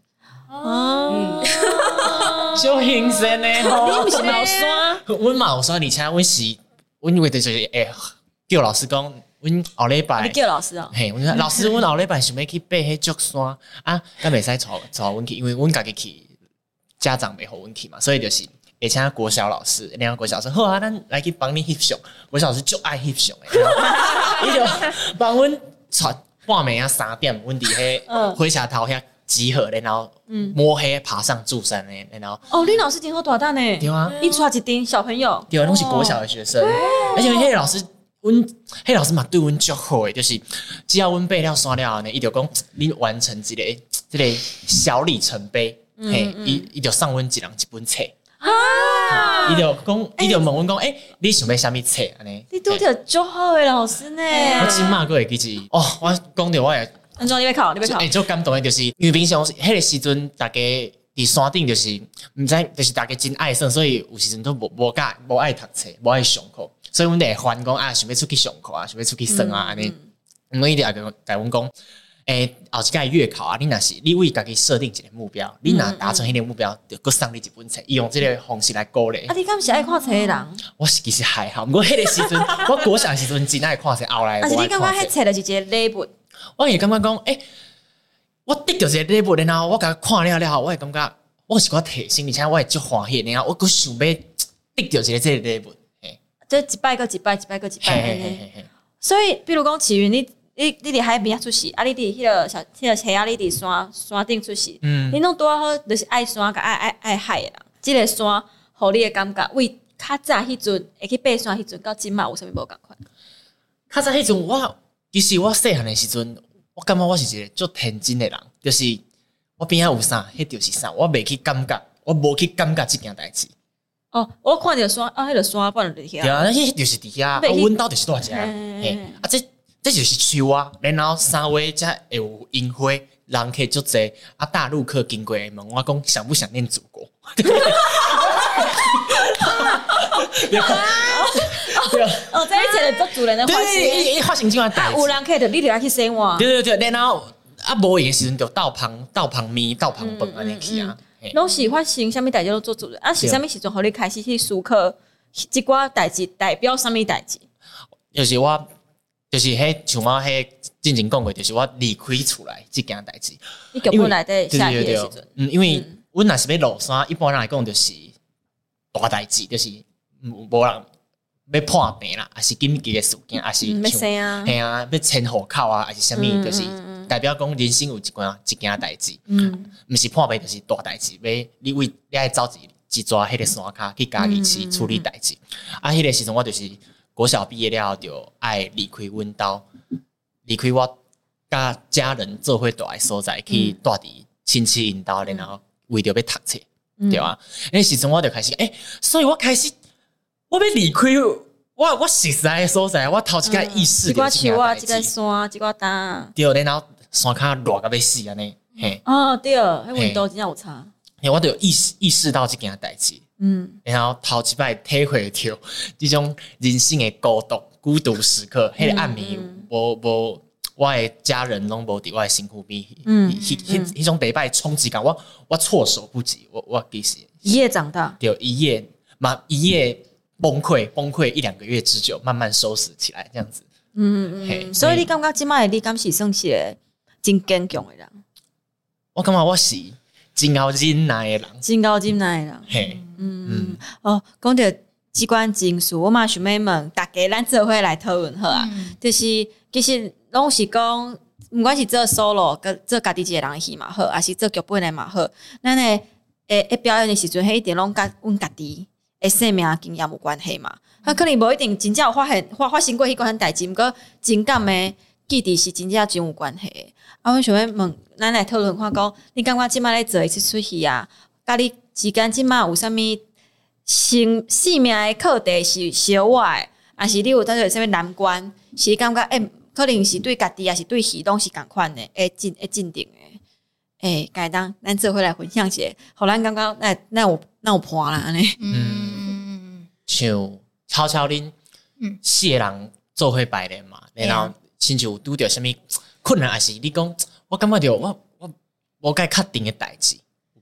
哦， 就形神的吼。 你不是老山？ 阮嘛有山，而且阮是，阮为就是叫老师讲，阮后礼拜你叫老师哦。 嘿，阮说老师，阮后礼拜想要去爬迄竹山啊，敢袂使带阮去，因为阮家己去，家长袂互阮去嘛，所以就是会请国小老师，两个国小老师，好啊，咱来去帮你翕相。国小老师就爱翕相诶，伊就帮阮带半暝啊3点，阮伫迄火车头遐集合，然后摸黑爬上柱山诶，然后哦，你老师真好大胆呢。 对啊， 你带一群小朋友， 对啊，拢是国小的学生，而且迄个老师。迄老师嘛对阮足好诶，就是只要阮爬了山了呢，伊就讲你完成这个小里程碑，嘿，伊就送阮一人一本册啊，伊就讲，伊就问阮讲，你想要啥物册安尼？ 你拄着足好诶老师呢。 我真嘛佫会记起哦，我讲着我会， 安怎你要考？ 足感动诶，就是因为平常迄个时阵，大家伫山顶就是毋知，就是大家真爱耍，所以有时阵都无爱读册，无爱上课。所以阮就会烦讲啊，想要出去上课啊，想要出去耍啊，安尼。因为伊就会甲阮讲，后一届月考啊，你若是你为家己设定一个目标，你若达成迄个目标，就搁送你一本册，伊用这个方式来鼓励。 啊，你敢是爱看册的人？ 我是其实还好，不过迄个时阵，我国小时阵真爱看册，后来但是你感觉迄册就是一个礼物？ 我会感觉讲，我得到一个礼物，然后我甲看了，我会感觉我是我提升，而且我会足欢喜，然后我搁想要得到一个这个礼物。 就一摆个一摆，所以比如讲启云，你伫海边出世，啊，你伫迄个溪啊，你伫山顶出世，你拢拄好，就是爱山甲爱海的人。即个山，互你的感觉，为较早迄阵会去爬山迄阵，到今嘛有啥物无共款？ 较早迄阵，其实我细汉的时阵，我感觉我是一个足天真的人，就是我边仔有啥，迄就是啥，我袂去感觉，我无去感觉即件代志。 哦，我看着山啊，迄个山本来就遐。 对啊，迄就是伫遐，阮兜就是大只，这就是树啊，然后3月才会有樱花，人客足济，啊，大陆客经过问我讲想不想念祖国？ 哦，在一个做主人的发型， 伊发生这款代志， 有人客着你着要去生活。 对，然后无闲的时阵就倒旁面倒旁饭安尼去啊。 拢是发生啥物代志都做主人，啊是啥物时阵，互你开始去思考即寡代志代表啥物代志？ 就是我，就是像我之前讲过，就是我离开厝内即件代志。 你脚本内底下雨的时阵， 因为阮若是要落山，一般人来讲就是大代志，就是无人要破病啦，还是紧急的事件，还是要生啊， 嘿啊，要迁户口啊，还是啥物，就是代表讲人生有一件代志，毋是破病就是大代志，你爱走一抓迄个山骹去家己去处理代志。啊，迄个时阵我就是国小毕业了后，就爱离开阮兜，离开我甲家人做伙住的所在，去住伫亲戚因兜，然后为着要读册，对啊。迄时阵我就开始所以我开始。我要离开我熟悉的所在，我头一个意识到这个树啊，这个山，这个担。 对，然后山骹热到要死安尼，嘿。 哦，对，迄温度真正有差。 我就有意识到这件代志，然后头一摆体会到这种人生的孤独时刻，迄个暗暝无我的家人拢无伫我的身躯边，迄种礼拜冲击感，我措手不及，我其实一夜长大， 对，一夜。崩溃1-2个月之久，慢慢收拾起来，这样子。 所以你感觉即摆你敢是算是个真坚强的人？ 我感觉我是真够忍耐的人， 真够忍耐的人。 嘿， 哦，讲到即款情绪，我嘛想要问大家，咱做伙来讨论好啊。就是其实拢是讲，不管是做 solo， 跟做家己一个人的戏嘛好，还是做剧本的嘛好，咱会表演的时阵，迄一定拢甲阮家己。生命经验有关系嘛？可能无一定真正有发生过迄款代志，毋过情感的记忆是真正真有关系。啊，我想要问，咱来讨论看讲，你感觉即摆咧做一次出戏啊？甲你之间即摆有啥物生命的课题是小我的，还是你有当做啥物难关？是感觉可能是对家己，还是对戏拢是共款的？进定的。该当咱做伙来分享一下，互咱感觉那有伴啦安尼。 像悄悄恁4个人做伙排练嘛，然后亲像有拄着啥物困难，还是你讲我感觉着我无该确定的代志，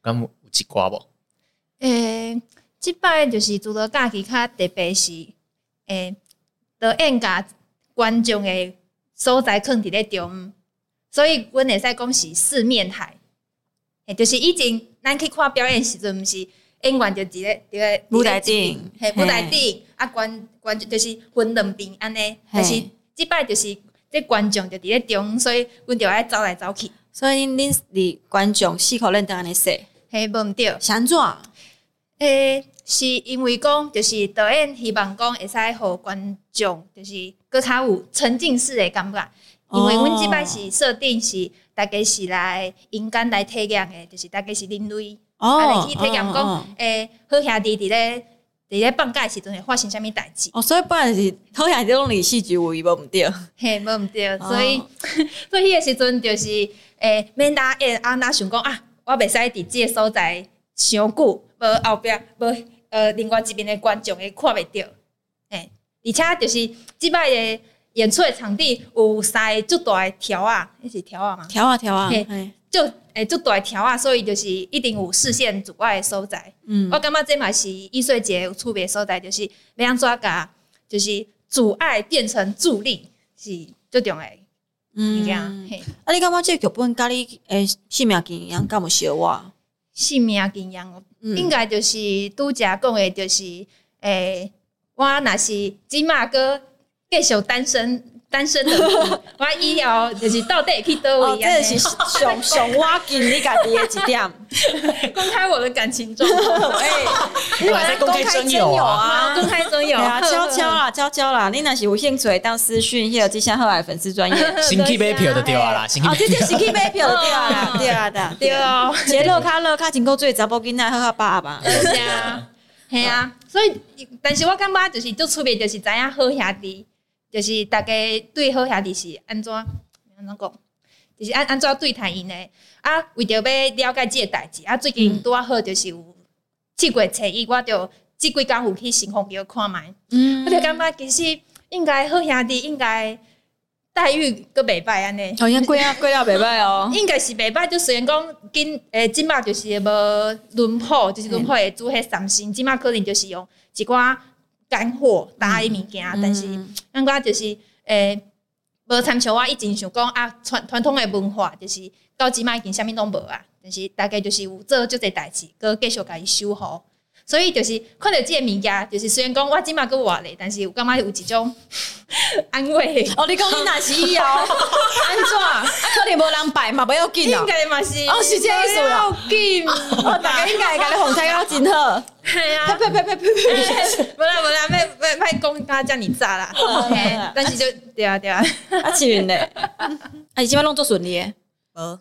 敢有一寡无？ 即摆就是除了假期较特别是，导演甲观众的所在放伫咧中，所以阮会使讲是四面台。就是以前咱去看表演时阵，毋是演员就伫咧舞台顶， 舞台顶啊，观众就是分两边安尼，但是即摆就是这观众就伫咧中，所以阮就爱走来走去。 所以恁是观众4口认得安尼说， 无毋对， 是安怎？ 是因为讲，就是导演希望讲会使互观众，就是搁较有沉浸式的感觉。因为阮即摆是设定是大家是来阴间来体验的，就是大家是人类，来去体验讲，好兄弟伫咧放假时阵会发生啥物代志。 所以本来是好兄弟拢离戏剧位无毋对， 无毋对，所以迄个时阵就是免打演啊，哪想讲啊，我袂使伫即个所在伤久，无后壁无另外一边的观众会看袂到。而且就是即摆的演出的场地有塞足大的条啊，迄是条啊嘛？ 条啊， 足大的条啊，所以就是一定有视线阻碍的所在。我感觉这嘛是艺术节有趣别所在，就是要安怎甲就是阻碍变成助力，是最重要的物件。 啊，你感觉这个剧本甲你生命经验敢有相我？ 生命经验应该就是拄则讲的，就是我若是即马个继续单身的，我以后就是到底会去倒位？ 这是上我近你家己的一点， 公开我的感情状况。 你还在公开真友啊？ 公开真友啊，悄啦！你若是有兴趣，当私讯迄个即下好来粉丝专业， 先去买票就对啊啦， 先去买票就对啊啦，对啊，一个乐卡真够做查某囡仔好好把握吧。 系啊，所以但是我感觉就是最趣味，就是知影好兄弟。就是大家对好兄弟是安怎讲，就是安怎对待因的啊？为着要了解这个代志啊，最近拄好就是有7月初1，我就这几天有去新丰桥看卖，我就感觉其实应该好兄弟应该待遇搁袂歹安尼， 好像贵了袂歹哦， 应该是袂歹，就虽然讲即马就是无轮廓，就是轮廓会煮迄三星，即马可能就是用一寡干货搭的物件，但是感觉就是无参照我以前想讲啊传统的文化，就是到即摆已经啥物拢无啊，但是大概就是有做足侪代志，搁继续甲伊守护。所以就是看到这个物件，就是虽然讲我即马搁活咧，但是有感觉有一种安慰。 你讲你若是以后安怎？可能无人拜嘛，不要紧应该嘛是。 是这意思啦。 紧， 大家应该会甲你哄抬到真好。 系啊， 呸！ 无啦，莫讲他叫你炸啦。但是就对啊。 啊，群咧，你即摆弄做顺利诶？ 无，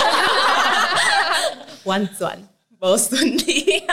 婉转。无顺利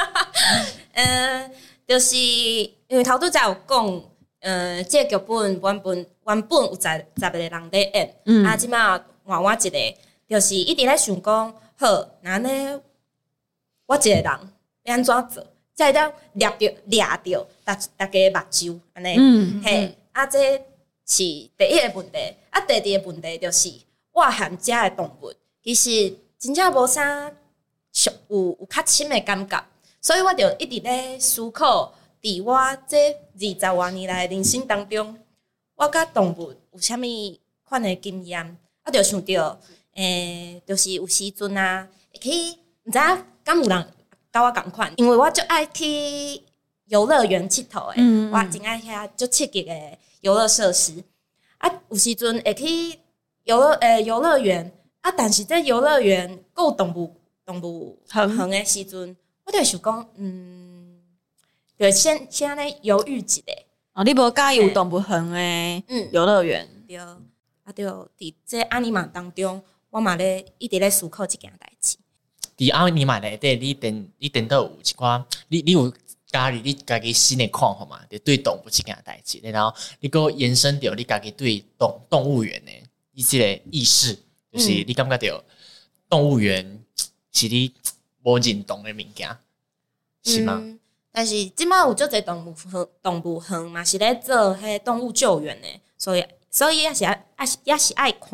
就是因为头拄则有讲，这个剧本原本有10个人在演，啊，即马换我一个，就是一直咧想讲，好，那呢，我一个人要安怎做，才会当掠着大家目睭安尼，嘿，啊，这是第一个问题，啊，第二个问题就是我含遮的动物，其实真正无啥。有较深的感觉，所以我就一直咧思考，伫我这20多年来的人生当中，我甲动物有啥物款的经验，我就想到，就是有时阵啊，会去毋知影敢有人甲我共款，因为我足爱去游乐园佚佗的，我真爱遐足刺激的游乐设施，啊，有时阵会去游乐园，啊，但是这游乐园还有动物远的时阵，我就想讲，就先安尼犹豫一下。 你无介意有动物远的游乐园？ 对，啊对，伫这阿尼玛当中，我嘛咧一直咧思考这件代志。 伫阿尼玛内底，你等到有一寡，你有加入你家己新的看法嘛？就对动物这件代志，然后你搁延伸到你家己对动物园的你这个意识，就是你感觉到动物园。是你无认同的物件，是吗？ 但是即摆有足侪动物园嘛是咧做迄动物救援的，所以也是爱看。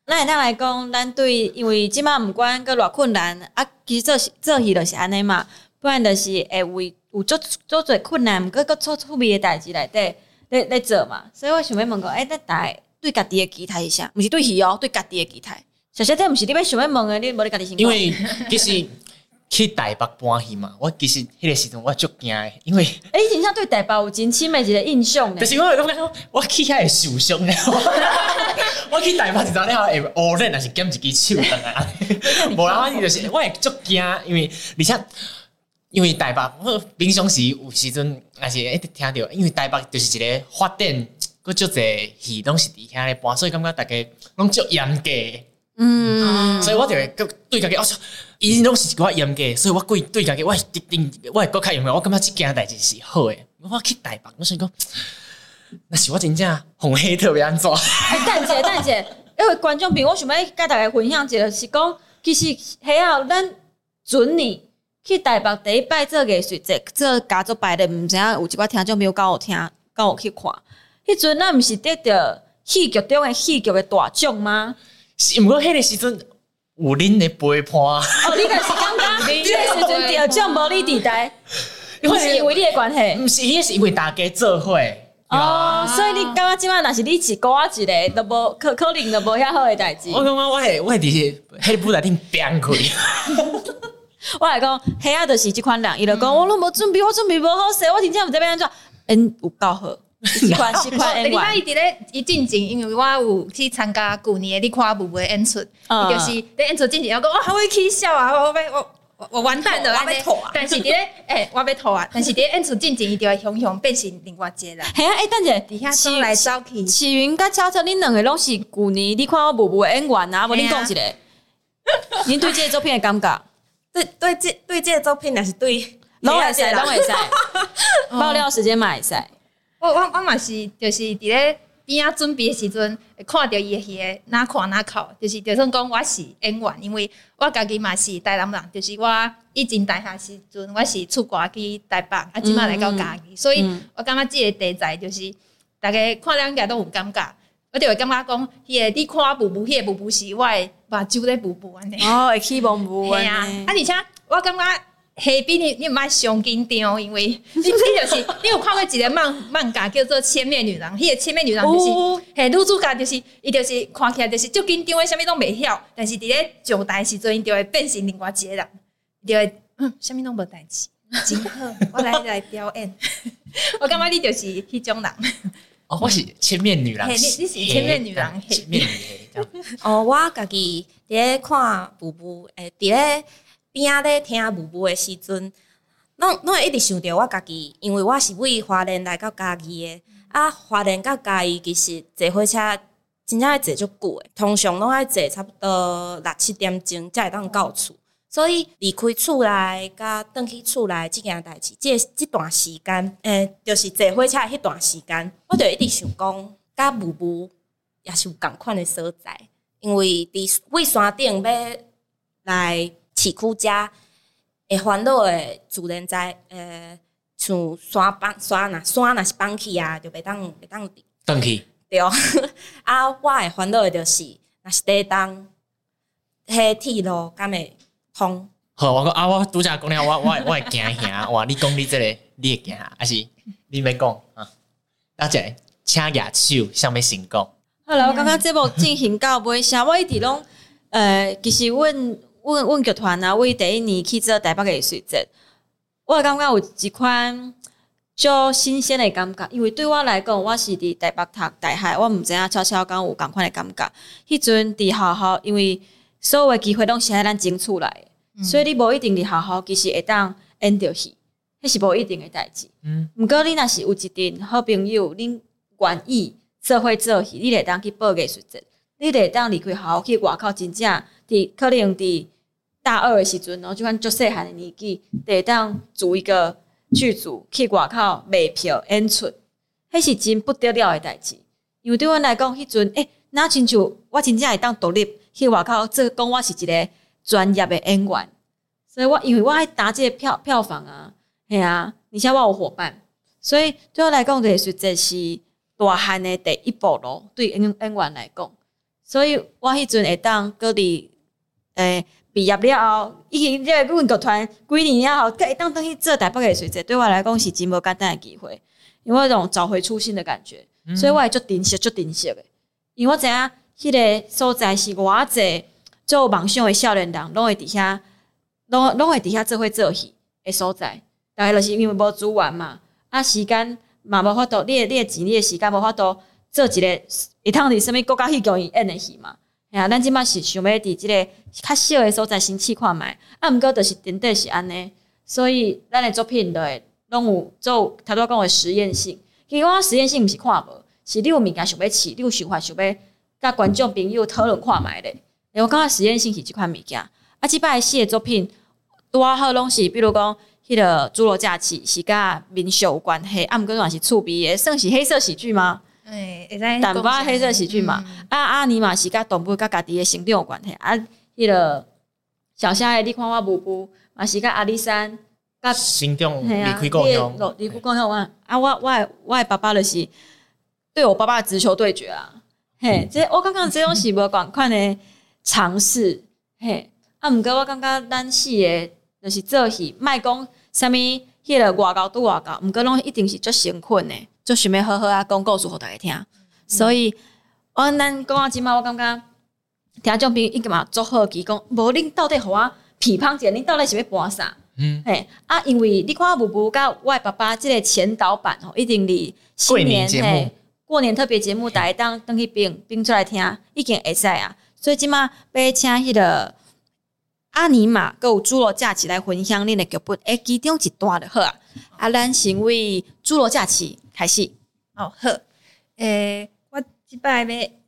咱会当来讲，咱对，因为即马毋管个偌困难，啊，其实做戏就是安尼嘛，不然就是会为有做侪困难，毋过个做趣味诶代志内底咧做嘛。所以我想要问讲，咱大家对家己诶期待是啥？毋是对戏哦，对家己诶期待。小小这毋是你要想要问诶，你无你家己先。 因为其实去台北搬戏嘛，我其实迄个时阵我足惊诶，因为你真正对台北有真深诶一个印象呢。 但是我感觉我去遐会受伤咧。我去台北一阵了会乌脸，还是减一支手等啊？无啦，我就是我会足惊，因为台北我平常时有时阵也是一直听到，因为台北就是一个发展，佮足侪戏拢是伫遐咧搬，所以感觉大家拢足严格。所以我就会对家己，伊拢是我严格，所以我对家己，我会搁较严格。我感觉这件代志是好诶。我去台北，我想讲，那是我真正红黑特别安怎？ 等者，因为观众朋友，我想要甲大家分享一个，是讲其实迄啊，咱准年去台北第一摆做艺术节，做家族摆的，毋知影有一寡听众朋友甲我去看，迄阵咱毋是得着戏剧中的戏剧的大奖吗？ 是，毋过迄个时阵有恁的陪伴。 你个是感觉迄个时阵得奖无你伫台，因为是因为你的关系， 毋是，迄是因为大家做伙。 所以你感觉即摆若是你一个一个，都无可能都无遐好的代志。 我感觉我会伫迄舞台顶崩溃。 我来讲，迄啊，就是即款人，伊就讲我拢无准备，我准备无好势，我真正毋知要安怎，有够好。是款演员， 伊伫咧伊进前，因为我有去参加旧年的你看舞舞的演出，伊就是咧演出进前，我讲我还会起笑啊，我完蛋了， 我要吐啊！ 但是伫咧我要吐啊！但是伫咧演出进前，伊就会雄变成另外一个人。 系啊，等者底下走来走去， 启云甲巧巧，恁两个拢是旧年你看我舞舞的演员啊，无恁讲一个，恁对这个作品的感觉？ 对这个作品，也是对， 拢会使，爆料时间嘛会使。 我嘛是，就是伫咧边仔准备的时阵，看到伊的戏哪看哪哭，就是就算讲我是演员，因为我家己嘛是台南人，就是我以前大学时阵我是出国去台北，即摆来到家己，所以我感觉即个题材就是大家看了应该都有感觉，我就会感觉讲，迄个你看我舞，迄个舞是我的目睭咧舞安尼。 会起蒙舞安尼。而且我感觉。下边你毋爱伤紧张，因为你就是你有看过一个漫画叫做《千面女郎》，迄个千面女郎就是女主角，就是伊就是看起来就是足紧张的，啥物拢袂晓，但是伫咧上台时阵，伊就会变成另外一个人，就会啥物拢无代志，真好，我来表演。我感觉你就是迄种人。 我是千面女郎， 你是千面女郎， 千面女郎。我家己伫咧看舞，伫咧。边仔咧听舞的时阵，拢会一直想着我家己，因为我是为花莲来到嘉义的。花莲到嘉义其实坐火车真正要坐足久的，通常拢要坐差不多6-7点钟才会当到厝。所以离开厝内，甲转去厝内这件代志，这段时间，就是坐火车的迄段时间，我就一直想讲，甲舞也是有同款的所在，因为伫尾山顶要来。市区遮会烦恼的自然在像山若是放弃啊，就袂当转去。 对我会烦恼的就是若是地动，迄铁路敢会通？ 好，我拄则讲了，我会惊吓。哇，你讲你这个你会惊吓，还是你要讲啊？大家请举手，想要先讲。 好啦，我感觉节目进行到尾声，我一直拢其实阮剧团啊，为第一年去做台北艺术节，我感觉有一款足新鲜的感觉，因为对我来讲，我是伫台北读大学，我毋知影悄悄敢有共款的感觉。迄阵伫学校，因为所有的机会拢是喺咱争取来的，所以你无一定伫学校其实会当演着戏，迄是无一定的代志。毋过你若是有一阵好朋友，恁愿意做伙做戏，你会当去报艺术节，你会当离开学校去外口，真正伫可能伫大二的时阵，就款足细汉的年纪，会当组一个剧组去外口卖票演出，迄是真不得了的代志。因为对阮来讲，迄阵那亲像我真正会当独立去外口，这讲我是一个专业的演员，所以因为我爱打这个票房啊，嘿啊，而且我有伙伴，所以对我来讲，艺术节是大汉的第一步咯。对演员来讲， 所以我迄阵会当搁伫毕业了后，已经这个阮剧团几年了后，会当登去做台北艺术节，对我来讲是真无简单的机会，因为有种找回初心的感觉，所以我会足珍惜的。因为我知影迄个所在是偌济做梦想的少年人，拢会伫遐，拢会伫遐做伙做戏的所在。大概就是因为无资源嘛，时间嘛无法度，你的钱、你的时间无法度做一个会通伫什么国家戏剧院演的戏嘛。咱即摆是想要伫即个较小的所在先试看卖，毋过就是真的是安尼，所以咱的作品就会拢有做头拄讲的实验性。其实我实验性毋是看无，是你有物件想要试，你有想法想要甲观众朋友讨论看卖咧。我感觉实验性是即款物件。即摆戏的作品拄好拢是，比如讲迄个《侏罗假期》是甲民俗有关系，毋过也是趣味的，算是黑色喜剧吗？淡薄黑色喜剧嘛，阿尼玛是甲动物甲家己的成长有关系。迄个小虾的，你看我舞步嘛是甲阿里山甲成长离开故乡， 离开故乡我的爸爸就是对我爸爸的直球对决啊！这我感觉这种是无共款的尝试，毋过我感觉咱戏的，就是做戏，莫讲啥物迄个外高拄外高，毋过拢一定是足辛苦的。就想要好好讲故事互大家听，所以咱讲到即摆，我感觉听众朋友已经嘛足好奇，讲无恁到底互我批判者，恁到底是要搬啥？因为你看舞步甲我爸爸即个前导版一定离新年过年特别节目，大家当去编出来听，已经会使啊。所以即摆要请迄个阿尼玛佮有侏罗假期来分享恁的剧本，其中一段就好啊。咱先为侏罗假期开始。 好，我即摆要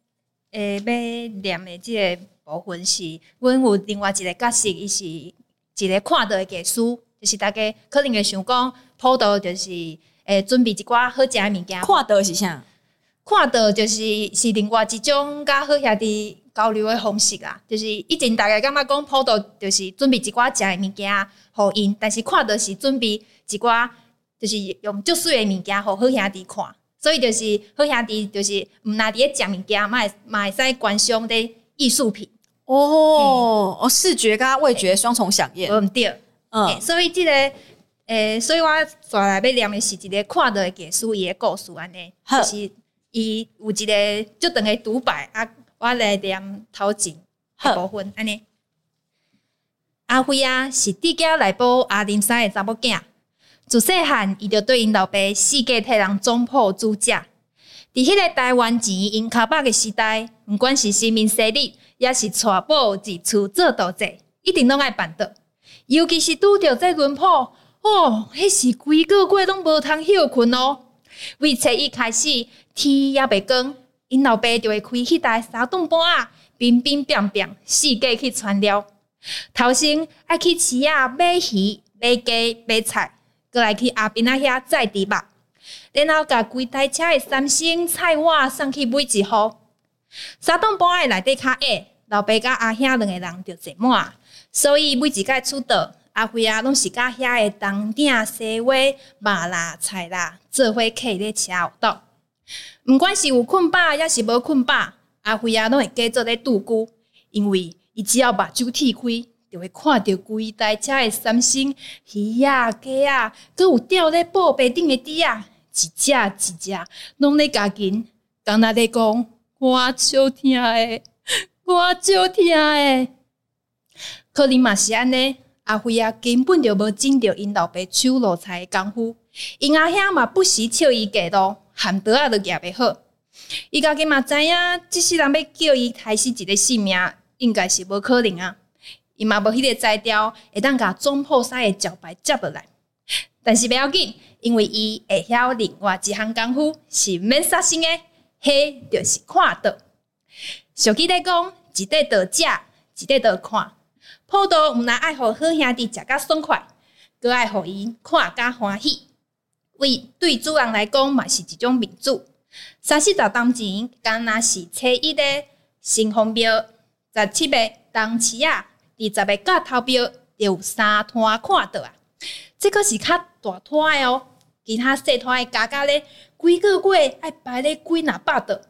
念的即个部分是，阮有另外一个角色，伊是一个看到的艺师，就是大家可能会想讲，普渡就是准备一寡好食的物件。 看到是啥？ 看到就是另外一种甲好兄弟交流的方式啦，就是以前大家感觉讲普渡就是准备一寡食的物件互因，但是看到是准备一寡就是用足水的物件互好兄弟看，所以就是好兄弟就是毋那伫咧食物件，嘛会使观赏的艺术品。 视觉甲味觉双重响应， 毋对。所以即个所以我抓来要念的是一个看到的艺术伊的故事安尼，就是伊有一个足长的独白我来念头前的部分安尼。阿辉是伫家内部阿林山的查某囝，自细汉伊就对因老爸四界替人总铺煮食。伫迄个台湾钱因卡巴的时代，毋管是新民生日，也是娶某入厝做道济，一定拢爱办到。尤其是拄着这轮谱，迄是规个月拢无通休困哦。为初一开始，天也袂光，因老爸就会开迄台三顿半啊，乒乒乓乓，四界去传了。头先爱去市仔买鱼、买鸡、买菜，过来去阿斌仔遐载猪肉，然后甲规台车的三星菜碗送去每一户。三顿半的内底较矮，老爸甲阿兄两个人就坐满，所以每一届出道，阿辉拢是甲遐的东鼎、西瓜、肉啦、菜啦做伙客咧车后斗。毋管是有困饱，也是无困饱，阿辉拢会继续咧度孤，因为伊只要目睭剔开，就会看到规台车的三星鱼啊、鸡啊，佮有吊咧布白顶的猪啊，一只一只拢咧加紧，敢若咧讲我足疼的，我足疼的。可能嘛是安尼，阿辉根本就无种着因老爸手落菜的功夫，因阿兄嘛不时笑伊过路，含刀仔都夹袂好。伊家己嘛知影，即世人要叫伊开始一个性命，应该是无可能啊。伊嘛无迄个才调，会当甲总铺师的招牌接落来。但是袂要紧，因为伊会晓另外一项功夫是免杀生的，迄就是看到。俗语咧讲，一块道食，一块道看。普渡毋但爱互好兄弟食甲爽快，阁爱互因看甲欢喜。对主人来讲，嘛是一种民主。30当前，敢若是初一的新丰庙，17月当市啊，20月甲头庙就有3摊看到啊。这个是较大摊的哦，其他细摊的加加咧，几个月爱摆咧几若百桌。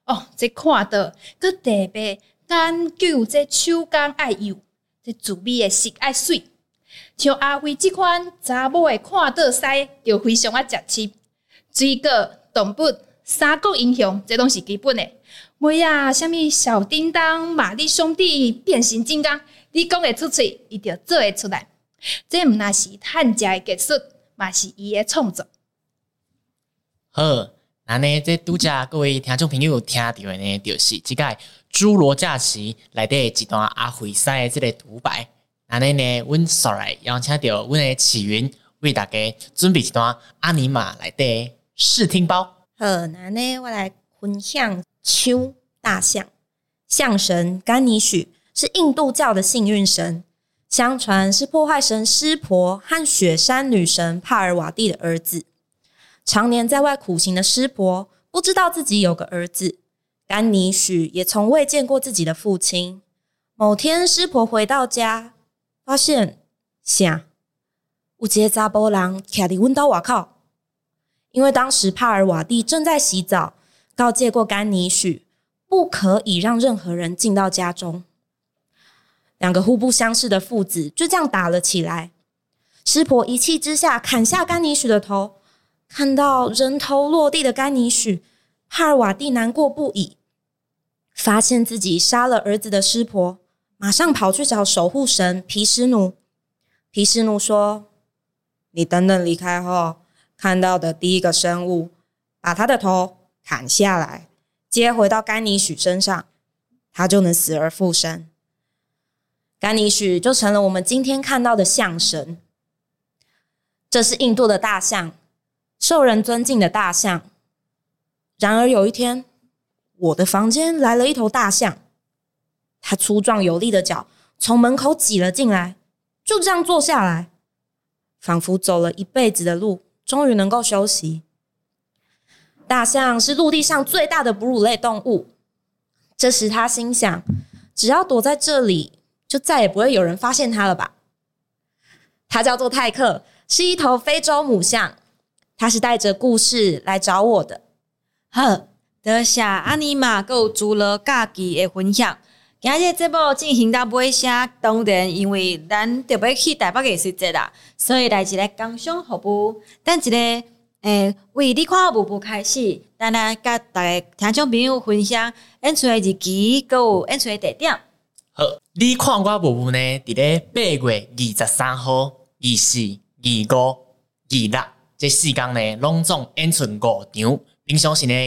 哦，这看到，佮特别研究这手工爱幼，这自美的色爱水。像阿辉这款查某的看到西，就非常食气。水果、动物、三国英雄，这拢是基本的。每啊，什么小叮当、玛丽兄弟、变形金刚，你讲会出嘴，伊就做会出来。这毋那是汉家的技术，嘛是伊的创作。 好，那呢，这拄则各位听众朋友听到的呢，就是这个《侏罗纪奇》内底一段阿辉师的这个独白。那呢，阮稍来邀请到阮的启云为大家准备一段阿尼玛内底试听包。 好，那呢，我来分享秋大象。象神甘尼许是印度教的幸运神，相传是破坏神湿婆和雪山女神帕尔瓦蒂的儿子。常年在外苦行的湿婆不知道自己有个儿子，甘尼许也从未见过自己的父亲。某天，湿婆回到家，发现啥？有一个查甫人徛伫阮兜外口。因为当时帕尔瓦蒂正在洗澡，告诫过甘尼许不可以让任何人进到家中。两个互不相识的父子就这样打了起来。湿婆一气之下砍下甘尼许的头，看到人头落地的甘尼许，帕尔瓦蒂难过不已。发现自己杀了儿子的湿婆，马上跑去找守护神毗湿奴。毗湿奴说：“你等等离开后，看到的第一个生物，把他的头砍下来，接回到甘尼许身上，他就能死而复生。甘尼许就成了我们今天看到的象神。这是印度的大象，受人尊敬的大象。然而有一天，我的房间来了一头大象，它粗壮有力的脚从门口挤了进来，就这样坐下来，仿佛走了一辈子的路，终于能够休息。大象是陆地上最大的哺乳类动物。这时他心想，只要躲在这里，就再也不会有人发现它了吧。它叫做泰克，是一头非洲母象。它是带着故事来找我的。 好，多谢阿尼玛还有侏罗纪的分享。今日节目进行到尾声，当然因为咱特别去台北艺术节啦，所以来一个工商服务。等一个为你看舞步开始，咱来甲大家听众朋友分享演出的日期，还有演出的地点。 好，你看我舞步呢？伫咧8月23号、24、25、26这4天呢，拢总演出5场。平常时呢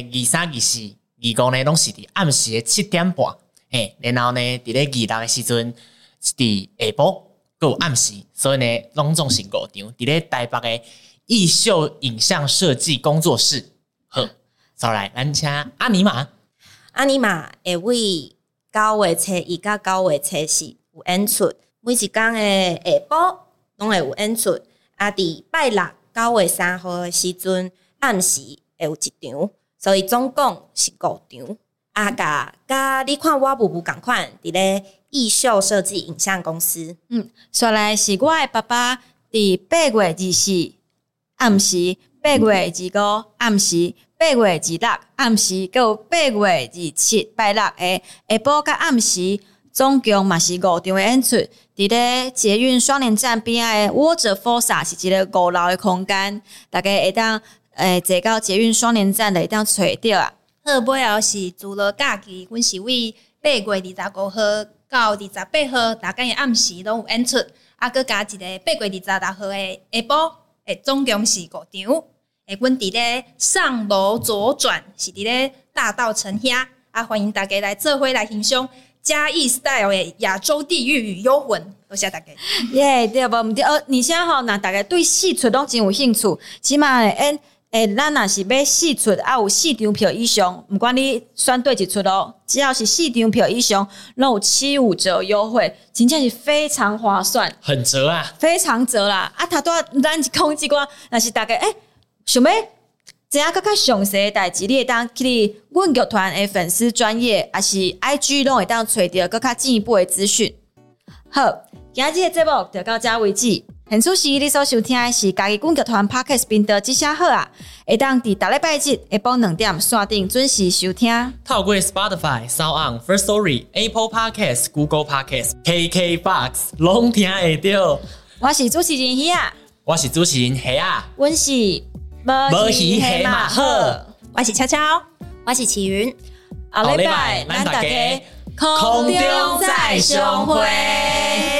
，23、24、25呢，拢是伫暗时的7点半。然后呢，伫咧26的时阵，伫下晡，还有暗时，所以呢，拢总是5场。伫咧台北的艺秀影像设计工作室。好，再来，咱请阿尼玛。 阿尼玛会为9月初1到9月初4有演出，每一天的下晡拢会有演出。啊，伫拜六9月3號的時陣，暗時會有1場，所以總共是5場。啊，甲你看我舞步同款，伫咧藝秀設計影像公司。 再來是我的爸爸，伫8月24暗時、8月25暗時、8月26暗時，還有8月27拜六的下晡甲暗時，總共嘛是5場的演出。伫咧捷運雙連站邊仔的沃者佛薩是一個5樓的空間，大家會當坐到捷運雙連站就會當找到啊。 好，尾後是侏羅紀，阮是為8月25號到28號，大家的暗時攏有演出，啊，佮加一個8月26號的下晡，總共是5場。阮伫咧上樓左轉，是伫咧大稻埕遐，啊，歡迎大家來做伙來欣賞嘉義 style 的亞洲地獄與幽魂，多謝大家。 對無毋對而且吼，若大家對戲出攏真有興趣，起碼咱若是要戲出啊，有4張票以上，毋管你選對一出咯，只要是4張票以上，攏有75折優惠，真正是非常划算， 很折啊， 非常折啦！啊，頭拄咱講即個，若是大家想要知影較詳細的代誌，你會當去阮劇團的粉絲專頁，還是 IG 攏會當找到較進一步的資訊。好，今日的節目就到這為止。 现此时你所收听的是家己滚剧团 Podcast 频道之声好啊，会当伫逐礼拜日下晡2点线顶准时收听。 透过 Spotify、SoundOn、First Story、Apple Podcast、Google Podcast、KKBox 拢听会到。 我是主持人希啊， 我是主持人黑啊， 阮是无鱼黑马好， 我是悄悄，我是齐云。 后礼拜咱大家空中再相会。